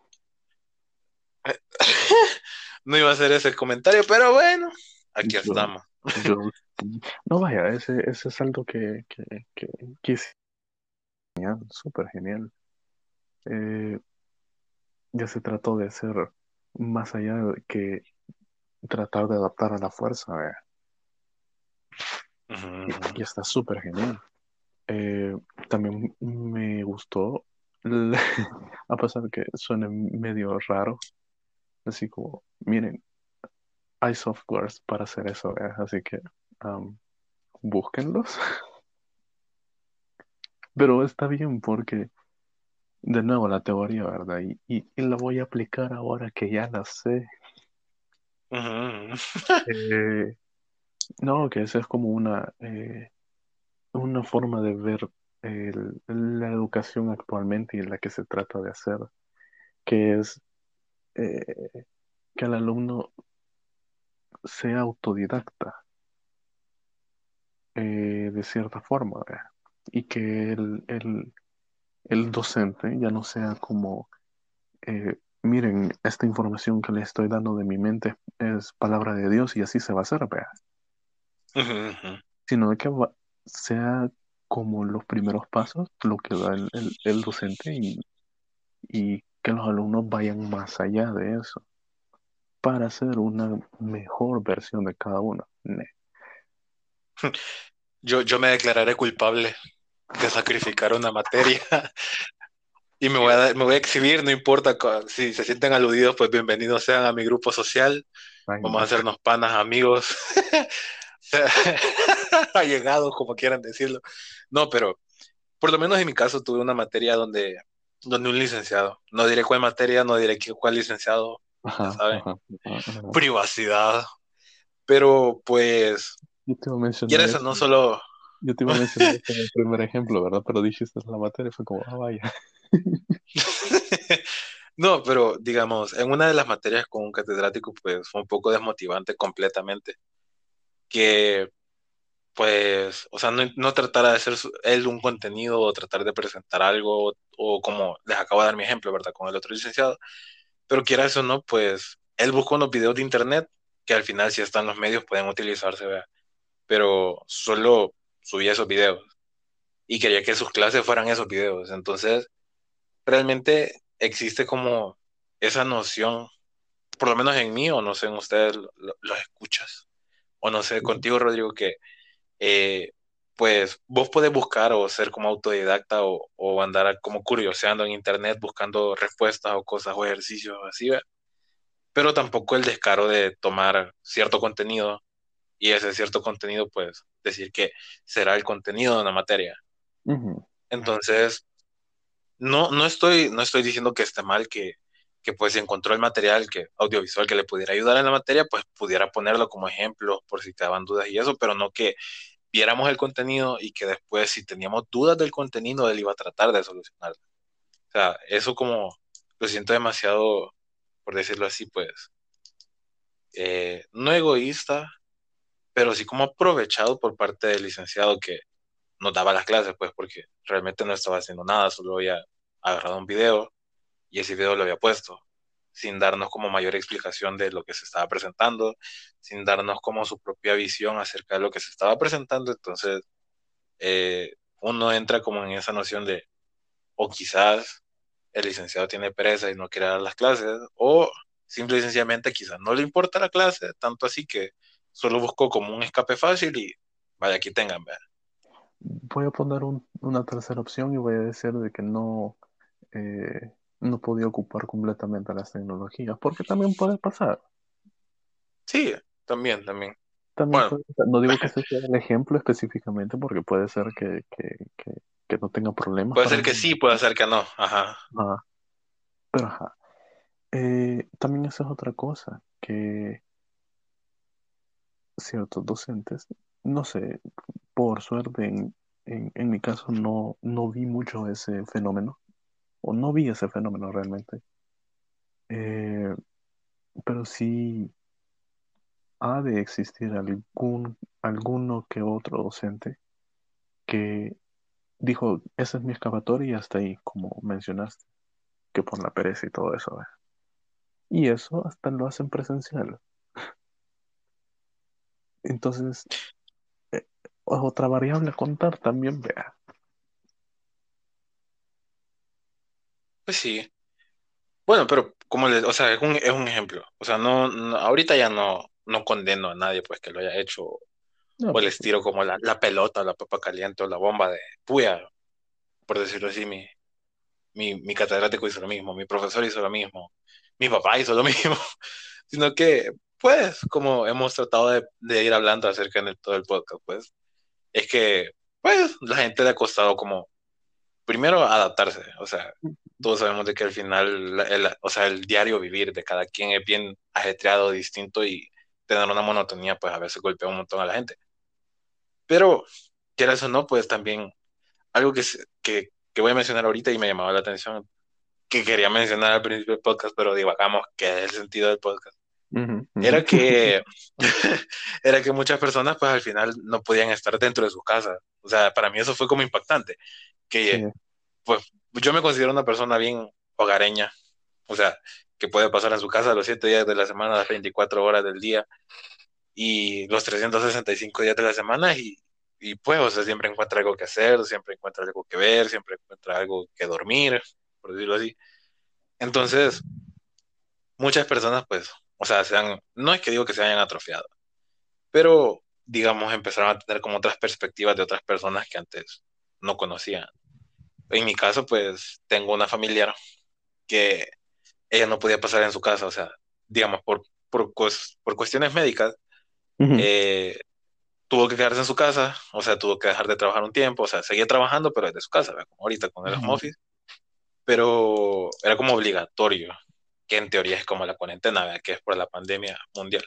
no iba a hacer ese comentario, pero bueno, aquí Yo, estamos. yo, no vaya, ese es algo que es genial, súper genial. Eh, ya se trató de hacer más allá de que tratar de adaptar a la fuerza, vea, Ujú, y ujú. está súper genial. Eh, también me gustó, l- a pesar de que suene medio raro, así como, miren, hay softwares para hacer eso, vea, así que um, búsquenlos. Pero está bien porque, de nuevo, la teoría, ¿verdad? Y la voy a aplicar ahora que ya la sé. Ujú, Eh, no, que esa es como una forma de ver la educación actualmente y la que se trata de hacer, que es eh, que el alumno sea autodidacta de cierta forma, ¿verdad? Y que el docente ya no sea como, miren, esta información que le estoy dando de mi mente es palabra de Dios y así se va a hacer, ¿verdad? ujú, ujú. Sino que sea como los primeros pasos, lo que da el docente y que los alumnos vayan más allá de eso para hacer una mejor versión de cada uno. Yo me declararé culpable de sacrificar una materia y me voy a exhibir, no importa si se sienten aludidos, pues bienvenidos sean a mi grupo social. Ay, Vamos a no. hacernos panas, amigos, allegados, como quieran decirlo. No, pero por lo menos en mi caso tuve una materia donde un licenciado, no diré cuál materia, no diré cuál licenciado, ya Ajá, saben, ajá, ajá, ajá. privacidad, pero pues, Yo te iba a mencionar quieres o eso. no solo... Yo te iba a mencionar eso en el primer ejemplo, ¿verdad? Pero dijiste la materia y fue como, ah, vaya. No, pero digamos, en una de las materias con un catedrático, pues fue un poco desmotivante completamente, que pues, o sea, no tratara de hacer él un contenido o tratar de presentar algo, o como les acabo de dar mi ejemplo, ¿verdad? Con el otro licenciado, pero quiera eso o no, pues él buscó unos videos de internet que al final si están los medios pueden utilizarse, ¿verdad? Pero solo subía esos videos y quería que sus clases fueran esos videos. Entonces, realmente existe como esa noción, por lo menos en mí, o no sé, en ustedes los escuchas, o no sé, contigo, Rodrigo, que eh, pues vos podés buscar o ser como autodidacta o andar como curioseando en internet buscando respuestas o cosas o ejercicios así, ¿ve? Pero tampoco el descaro de tomar cierto contenido y ese cierto contenido, pues decir que será el contenido de una materia. Ujú, Entonces, no estoy diciendo que esté mal que pues si encontró el material que, audiovisual que le pudiera ayudar en la materia, pues pudiera ponerlo como ejemplo por si te daban dudas y eso, pero no que viéramos el contenido y que después si teníamos dudas del contenido, él iba a tratar de solucionarlo. O sea, eso como lo siento demasiado, por decirlo así, pues, no egoísta, pero sí como aprovechado por parte del licenciado que nos daba las clases, pues, porque realmente no estaba haciendo nada, solo había agarrado un video y ese video lo había puesto, sin darnos como mayor explicación de lo que se estaba presentando, sin darnos como su propia visión acerca de lo que se estaba presentando. Entonces, uno entra como en esa noción de, o quizás el licenciado tiene pereza y no quiere dar las clases, o simple y sencillamente quizás no le importa la clase, tanto así que solo buscó como un escape fácil y vaya, aquí tengan, ¿verdad? voy a poner una tercera opción y voy a decir de que no podía ocupar completamente las tecnologías, porque también puede pasar. Sí, también, también. También Bueno, puede pasar. No digo que ese sea el ejemplo específicamente, porque puede ser que no tenga problemas puede para ser el que sí, momento. puede ser que no. Ajá. Ajá, pero ajá. También eso es otra cosa, que ciertos docentes, no sé, por suerte en mi caso no vi mucho ese fenómeno, o no vi ese fenómeno realmente. Eh, pero sí ha de existir alguno que otro docente que dijo, esa es mi escapatoria y hasta ahí, como mencionaste, que por la pereza y todo eso, ¿ve? Y eso hasta lo hacen presencial. Entonces, es otra variable a contar también, vea. Pues sí. Bueno, pero como les, o sea, es un ejemplo. O sea, ahorita ya no condeno a nadie pues que lo haya hecho No, o pues les sí. tiro como la pelota, la papa caliente o la bomba de puya, por decirlo así, mi catedrático hizo lo mismo, mi profesor hizo lo mismo, mi papá hizo lo mismo, sino que, pues, como hemos tratado de ir hablando acerca de todo el podcast, pues, es que, pues, la gente le ha costado como, primero, adaptarse, o sea, todos sabemos de que al final, o sea, el diario vivir de cada quien es bien ajetreado, distinto y tener una monotonía, pues, a veces golpea un montón a la gente. Pero, quieras o no, pues, también, algo que voy a mencionar ahorita y me llamaba la atención que quería mencionar al principio del podcast, pero divagamos, que es el sentido del podcast, Ujú, ujú. era que, era que muchas personas pues al final no podían estar dentro de sus casas. O sea, para mí eso fue como impactante, Sí. que pues yo me considero una persona bien hogareña, o sea, que puede pasar en su casa los 7 días de la semana, las 24 horas del día y los 365 días de la semana y pues, o sea, siempre encuentra algo que hacer, siempre encuentra algo que ver, siempre encuentra algo que dormir, por decirlo así. Entonces, muchas personas, pues, o sea, no es que digo que se hayan atrofiado, pero, digamos, empezaron a tener como otras perspectivas de otras personas que antes no conocían. En mi caso, pues, tengo una familiar que ella no podía pasar en su casa, o sea, digamos, por cuestiones médicas, Ujú, eh, tuvo que quedarse en su casa, o sea, tuvo que dejar de trabajar un tiempo, o sea, seguía trabajando, pero desde su casa, ¿verdad? Como ahorita con el home ujú. office, pero era como obligatorio, que en teoría es como la cuarentena, ¿verdad? Que es por la pandemia mundial.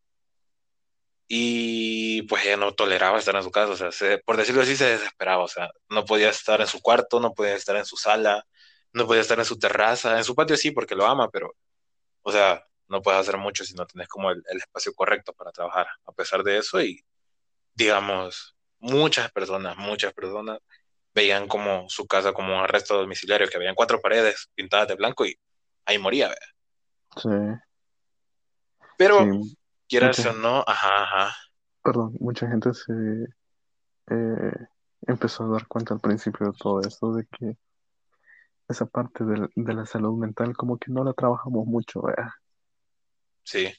Y pues ella no toleraba estar en su casa, o sea, por decirlo así, se desesperaba, o sea, no podía estar en su cuarto, no podía estar en su sala, no podía estar en su terraza, en su patio sí, porque lo ama, pero, o sea, no puedes hacer mucho si no tenés como el espacio correcto para trabajar. A pesar de eso, y digamos, muchas personas veían como su casa como un arresto domiciliario, que habían 4 paredes pintadas de blanco y ahí moría, ¿verdad? Sí, sí, Pero, mucha quieras o gente, no, ajá, ajá, perdón, mucha gente se eh, empezó a dar cuenta al principio de todo esto de que esa parte de la salud mental como que no la trabajamos mucho, ¿vea? sí.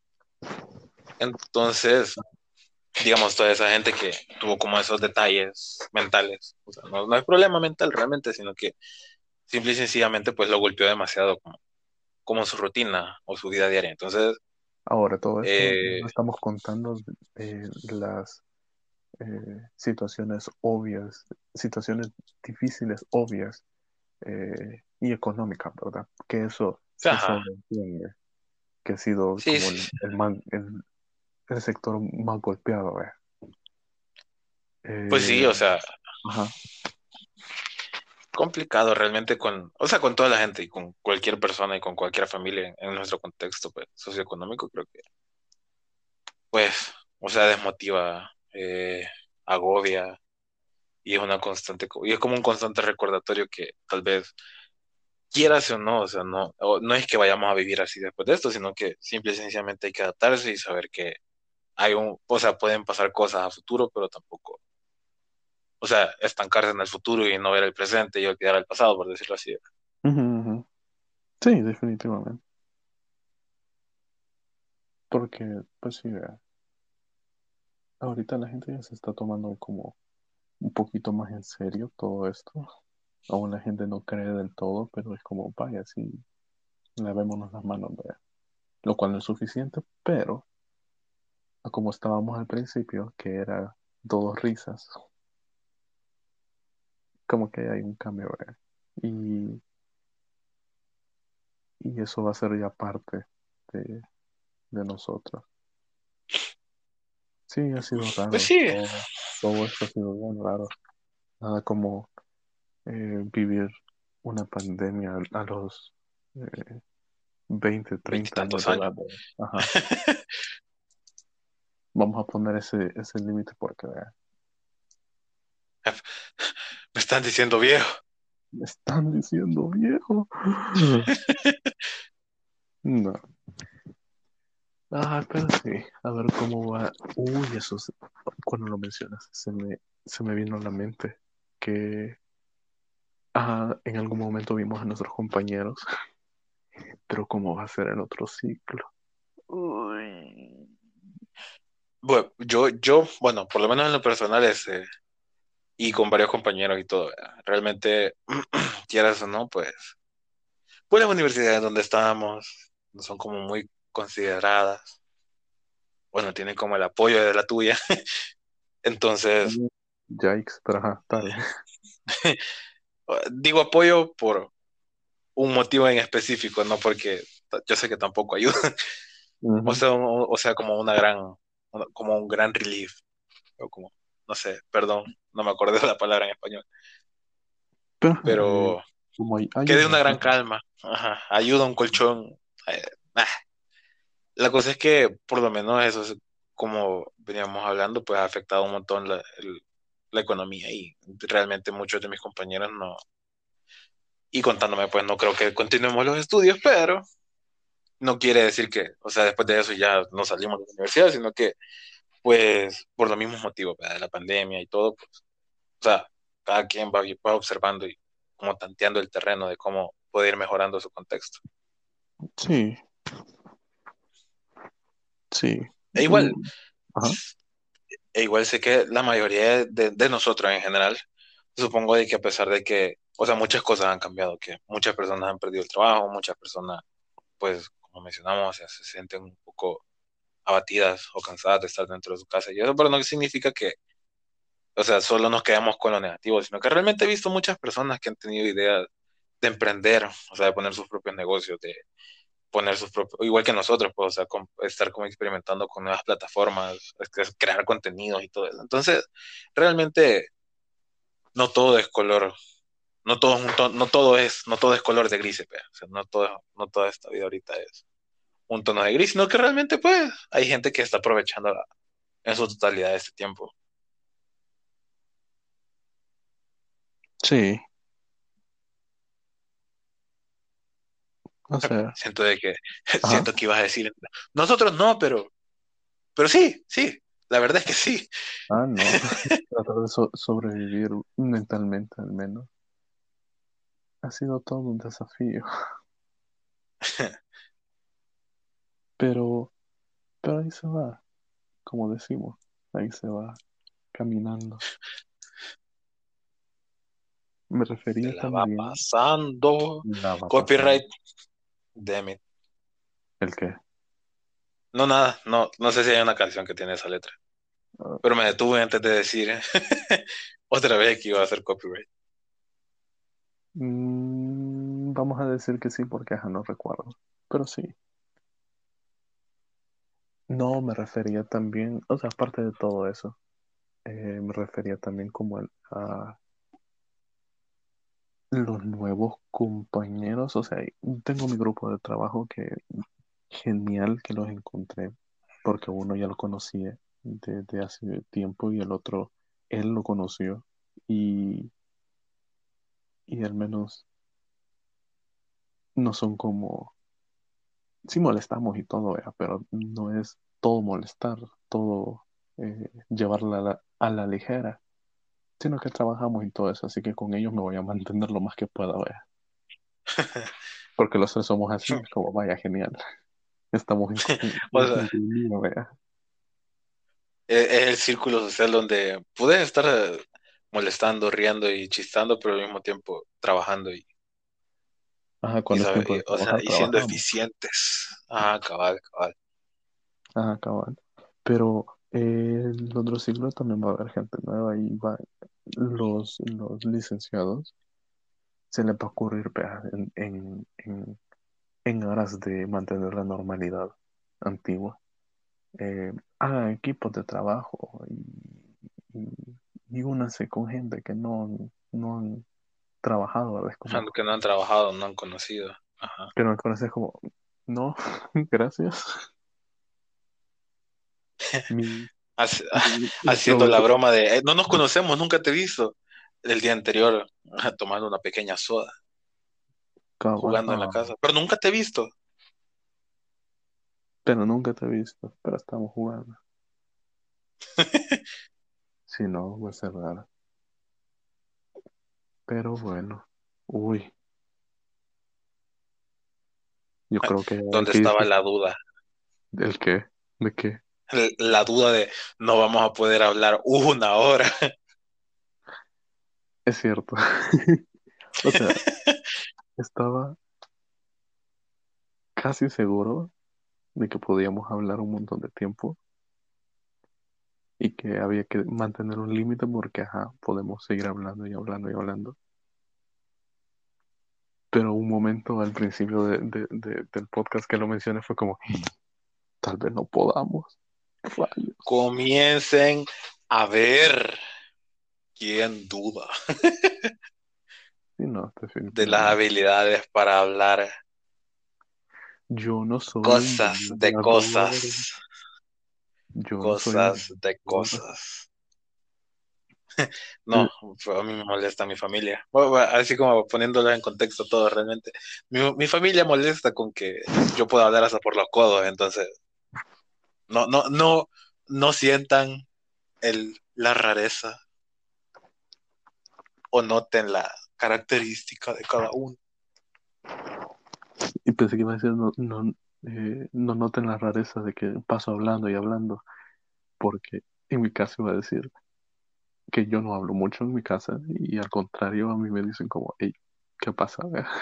Entonces, digamos, toda esa gente que tuvo como esos detalles mentales, o sea, no es problema mental realmente, sino que simple y sencillamente pues lo golpeó demasiado como su rutina o su vida diaria. Entonces, Ahora, todo esto eh, no estamos contando las situaciones obvias, situaciones difíciles, obvias y económicas, ¿verdad? Que eso se ajá, sobreentiende, que ha sido sí, como sí, sí. el sector más golpeado, ¿vea? Pues sí, Eh, o sea, ajá, complicado realmente o sea, con toda la gente y con cualquier persona y con cualquier familia en nuestro contexto pues, socioeconómico, creo que, pues, o sea, desmotiva, agobia y es una constante, y es como un constante recordatorio que tal vez quieras o no, o sea, no es que vayamos a vivir así después de esto, sino que simple y sencillamente hay que adaptarse y saber que o sea, pueden pasar cosas a futuro, pero tampoco, o sea, estancarse en el futuro y no ver el presente y olvidar el pasado, por decirlo así. ujú, ujú. Sí, definitivamente. Porque, pues sí, vea, ahorita la gente ya se está tomando como un poquito más en serio todo esto. Aún la gente no cree del todo, pero es como, vaya, sí, lavémonos las manos, vaya. Lo cual no es suficiente, pero a como estábamos al principio, que era todos risas, como que hay un cambio, vaya. Y, y eso va a ser ya parte de, de nosotros. Sí, ha sido Pues raro, sí, todo esto ha sido bien raro. Nada como vivir una pandemia a los 20, 30 años veintitantos de años. edad. Ajá. Vamos a poner ese límite porque vea, Me están diciendo viejo. me están diciendo viejo. No. Ah, pero sí, a ver cómo va. Uy, cuando lo mencionas, se me vino a la mente que en algún momento vimos a nuestros compañeros, pero cómo va a ser el otro ciclo. Uy. Bueno, bueno, por lo menos en lo personal, y con varios compañeros y todo, ¿verdad? Realmente, quieras o no, pues las universidades donde estamos no son como muy consideradas. Bueno, tienen como el apoyo de la tuya. Entonces, Yikes, pero ajá, dale. digo apoyo por un motivo en específico, no porque yo sé que tampoco ayuda. O Ujú. sea, como como un gran relief, o como, no sé, perdón, no me acordé de la palabra en español, Pero pero como hay que de una ayuda. gran calma, ajá, ayuda, un colchón. eh, ah. La cosa es que por lo menos eso es como veníamos hablando, pues ha afectado un montón la economía y realmente muchos de mis compañeros no, y contándome, pues no creo que continuemos los estudios, pero no quiere decir que, o sea, después de eso ya no salimos de la universidad, sino que pues por los mismos motivos, ¿verdad? De la pandemia y todo, pues, o sea, cada quien va observando y como tanteando el terreno de cómo puede ir mejorando su contexto. Sí, sí. E igual, Ajá. igual sé que la mayoría de nosotros en general, supongo de que a pesar de que, o sea, muchas cosas han cambiado, que muchas personas han perdido el trabajo, muchas personas, pues, como mencionamos, o sea, se sienten un poco abatidas o cansadas de estar dentro de su casa. Y eso, pero no significa que, o sea, solo nos quedamos con lo negativo, sino que realmente he visto muchas personas que han tenido ideas de emprender, o sea, de poner sus propios negocios, de poner sus propios, igual que nosotros, pues, o sea, estar como experimentando con nuevas plataformas, crear contenidos y todo eso. Entonces, realmente no todo es color, no todo es color de gris, pues. O sea, no toda esta vida ahorita es un tono de gris, sino que realmente, pues, hay gente que está aprovechando en su totalidad este tiempo. Sí, o sea, Siento de que, ajá. siento que ibas a decir, nosotros no, pero sí, sí, la verdad es que sí. Ah, no. Tratar de sobrevivir mentalmente al menos. Ha sido todo un desafío. Pero, pero ahí se va, como decimos. Ahí se va caminando. Me Se refería la va también, pasando. la va pasando. Copyright, damn it. ¿El qué? No, nada, no sé si hay una canción que tiene esa letra, Ah, pero me detuve antes de decir otra vez que iba a hacer copyright. vamos a decir que sí porque ajá, no recuerdo. Pero sí. No, me refería también, o sea, aparte de todo eso, me refería también como a los nuevos compañeros. O sea, tengo mi grupo de trabajo que genial que los encontré, porque uno ya lo conocía desde hace tiempo y el otro, él lo conoció y, y al menos no son como, sí molestamos y todo, ¿verdad? Pero no es todo molestar, todo llevarla a la ligera, sino que trabajamos y todo eso, así que con ellos me voy a mantener lo más que pueda, ¿verdad? Porque los tres somos así, es como, vaya, genial, estamos O en sea, sintonía, ¿verdad? es el círculo social donde puedes estar molestando, riendo y chistando, pero al mismo tiempo trabajando Ajá, cuando es tiempo de o sea, trabajar, y siendo trabajamos. eficientes. Ah, cabal, cabal. Ajá, cabal. Pero el otro siglo también va a haber gente nueva y va, los licenciados se les va a ocurrir vea, en aras de mantener la normalidad antigua. Hagan equipos de trabajo y únanse con gente que no han trabajado, ¿ves? Como Que no han trabajado, no han conocido. Ajá. que no me conoces como, no, gracias. Mi, mi Haciendo la proveedor, broma de, no nos conocemos, nunca te he visto. El día anterior, tomando una pequeña soda, cabal, jugando en la casa, pero nunca te he visto. pero nunca te he visto, pero estamos jugando. Si no, va a ser raro. Pero bueno, uy, yo creo que hay ¿Dónde que estaba discutir. la duda? ¿El qué? ¿De qué? La duda de no vamos a poder hablar una hora. Es cierto. O sea, estaba casi seguro de que podíamos hablar un montón de tiempo y que había que mantener un límite porque, ajá, podemos seguir hablando y hablando y hablando. Pero un momento al principio del podcast que lo mencioné fue como, tal vez no podamos. Rayos. Comiencen a ver quién duda Y no, de las definitivamente. habilidades para hablar Yo no soy un cosas de divulgador. cosas, Yo no soy un cosas de divulgador. cosas. No, Eh, a mí me molesta mi familia. Bueno, así como poniéndolo en contexto todo realmente. Mi familia molesta con que yo pueda hablar hasta por los codos, entonces no sientan la rareza o noten la característica de cada uno. y pensé que iba a decir, no noten la rareza de que paso hablando y hablando, porque en mi caso iba a decir que yo no hablo mucho en mi casa y al contrario a mí me dicen como, hey, ¿qué pasa?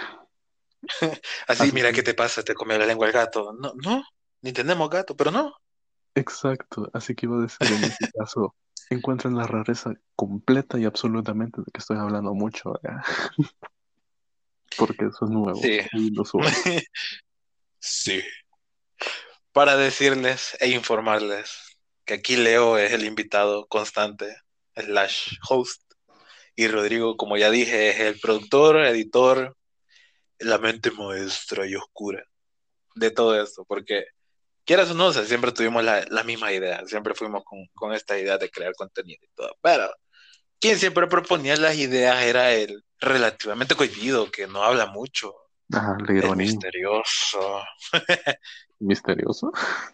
Así, Así mira, que, ¿qué te pasa? Te comió la lengua el gato. No, no, ni tenemos gato, pero no. exacto, así que iba a decir en ese caso, encuentran la rareza completa y absolutamente de que estoy hablando mucho, ¿verdad? Porque eso es nuevo Sí, e inusual. sí. Para decirles e informarles que aquí Leo es el invitado constante, slash host, y Rodrigo, como ya dije, es el productor, editor, la mente maestra y oscura de todo esto, porque quieras o no, o sea, siempre tuvimos la misma idea, siempre fuimos con esta idea de crear contenido y todo, pero quien siempre proponía las ideas era el relativamente cohibido, que no habla mucho, Ajá, la el ironía. misterioso. ¿Misterioso?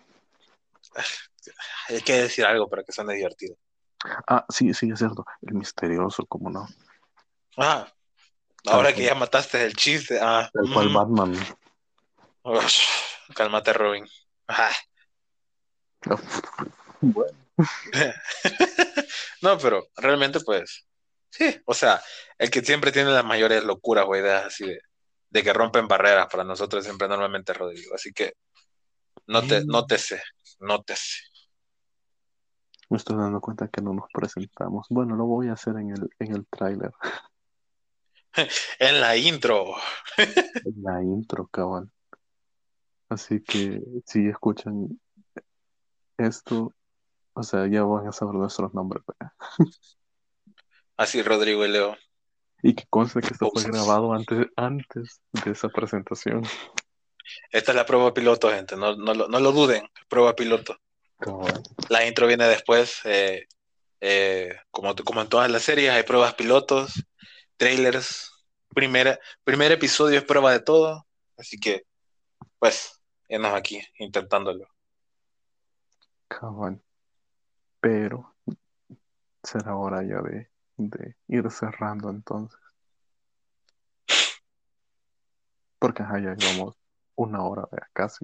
Hay que decir algo para que suene divertido. Ah, sí, sí, es cierto. El misterioso, ¿cómo no? Ah, Tal ahora que cual, ya mataste el chiste, tal cual Batman. ush, cálmate, Robin. Ajá. Bueno, No, pero realmente, pues, sí, o sea, el que siempre tiene las mayores locuras o ideas así de que rompen barreras para nosotros siempre normalmente es Rodrigo. Así que nótese, nótese. me estoy dando cuenta que no nos presentamos. Bueno, lo voy a hacer en el tráiler, En la intro. en la intro, cabal. Así que si escuchan esto, o sea, ya van a saber nuestros nombres, ¿verdad? Así Rodrigo y Leo. Y que conste que esto fue Voces. grabado antes de esa presentación. Esta es la prueba piloto, gente. No lo duden. Prueba piloto. Cabal. La intro viene después. Como en todas las series, hay pruebas pilotos, trailers. Primer episodio es prueba de todo. Así que, pues, enos aquí intentándolo. Cabal. Pero será hora ya de ir cerrando entonces. Porque ajá, ya llevamos una hora ya casi.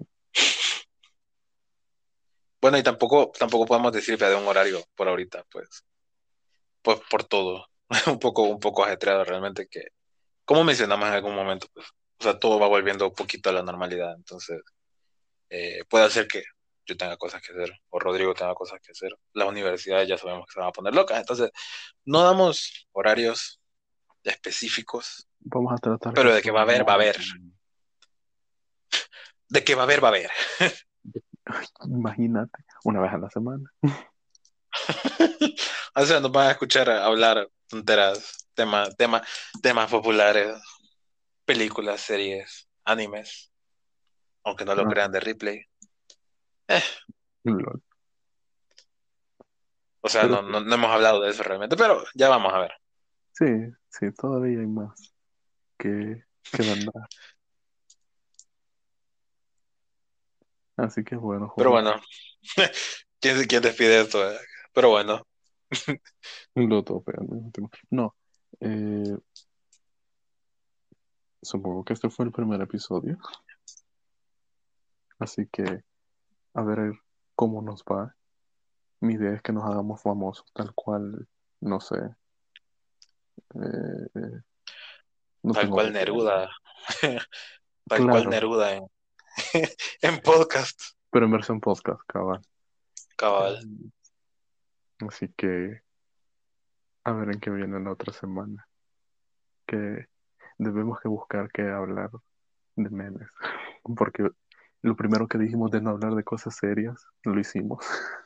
Bueno, y tampoco podemos decir de un horario por ahorita, pues por todo. un poco ajetreado realmente que, como mencionamos en algún momento, pues, o sea, todo va volviendo un poquito a la normalidad. Entonces, puede ser que yo tenga cosas que hacer o Rodrigo tenga cosas que hacer. Las universidades ya sabemos que se van a poner locas. Entonces, no damos horarios específicos, Vamos a tratar que pero de que sea va a haber, va a una vez haber. al año. De que va a haber, va a haber. Ay, imagínate, una vez a la semana. O sea, nos van a escuchar hablar tonteras, temas populares, películas, series, animes, aunque no lo Ah, crean de replay. Eh, lol. o sea, Pero no hemos hablado de eso realmente, pero ya vamos a ver. sí, sí, todavía hay más que vendrá. Así que bueno, Pero Julio, bueno, quién despide esto? Pero bueno, lo tope al mismo tiempo. No, eh, supongo que este fue el primer episodio, así que a ver cómo nos va. Mi idea es que nos hagamos famosos, tal cual, no sé, eh, no tal tengo cual referencia. Neruda, tal cual Claro, Neruda en podcast, pero en versión podcast, cabal. cabal. Eh, Así que a ver en qué viene la otra semana, que debemos que buscar que hablar de memes, porque lo primero que dijimos de no hablar de cosas serias, lo hicimos.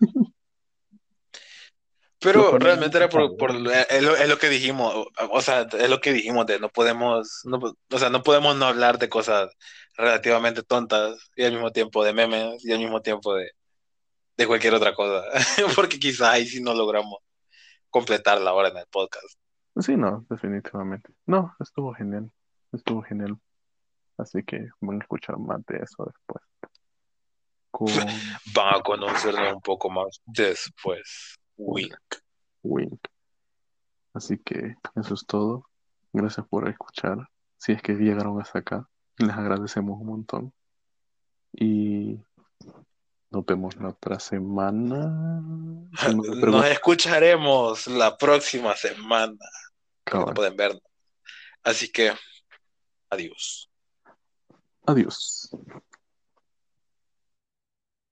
Lo Pero cual no realmente era es malo, es lo que dijimos, o sea, es lo que dijimos de no podemos, o sea, no podemos no hablar de cosas relativamente tontas y al mismo tiempo de memes y al mismo tiempo de cualquier otra cosa, porque quizás ahí sí no logramos completar la hora en el podcast. Sí, no, definitivamente. No, estuvo genial, estuvo genial. Así que van a escuchar más de eso después. Con Van a conocernos un poco más después. Wink, Wink. Wink. Así que eso es todo. Gracias por escuchar. Si es que llegaron hasta acá, les agradecemos un montón. Y nos vemos la otra semana. Si no me Nos preguntan, escucharemos la próxima semana, porque no cabal. pueden vernos. Así que, adiós. Adiós.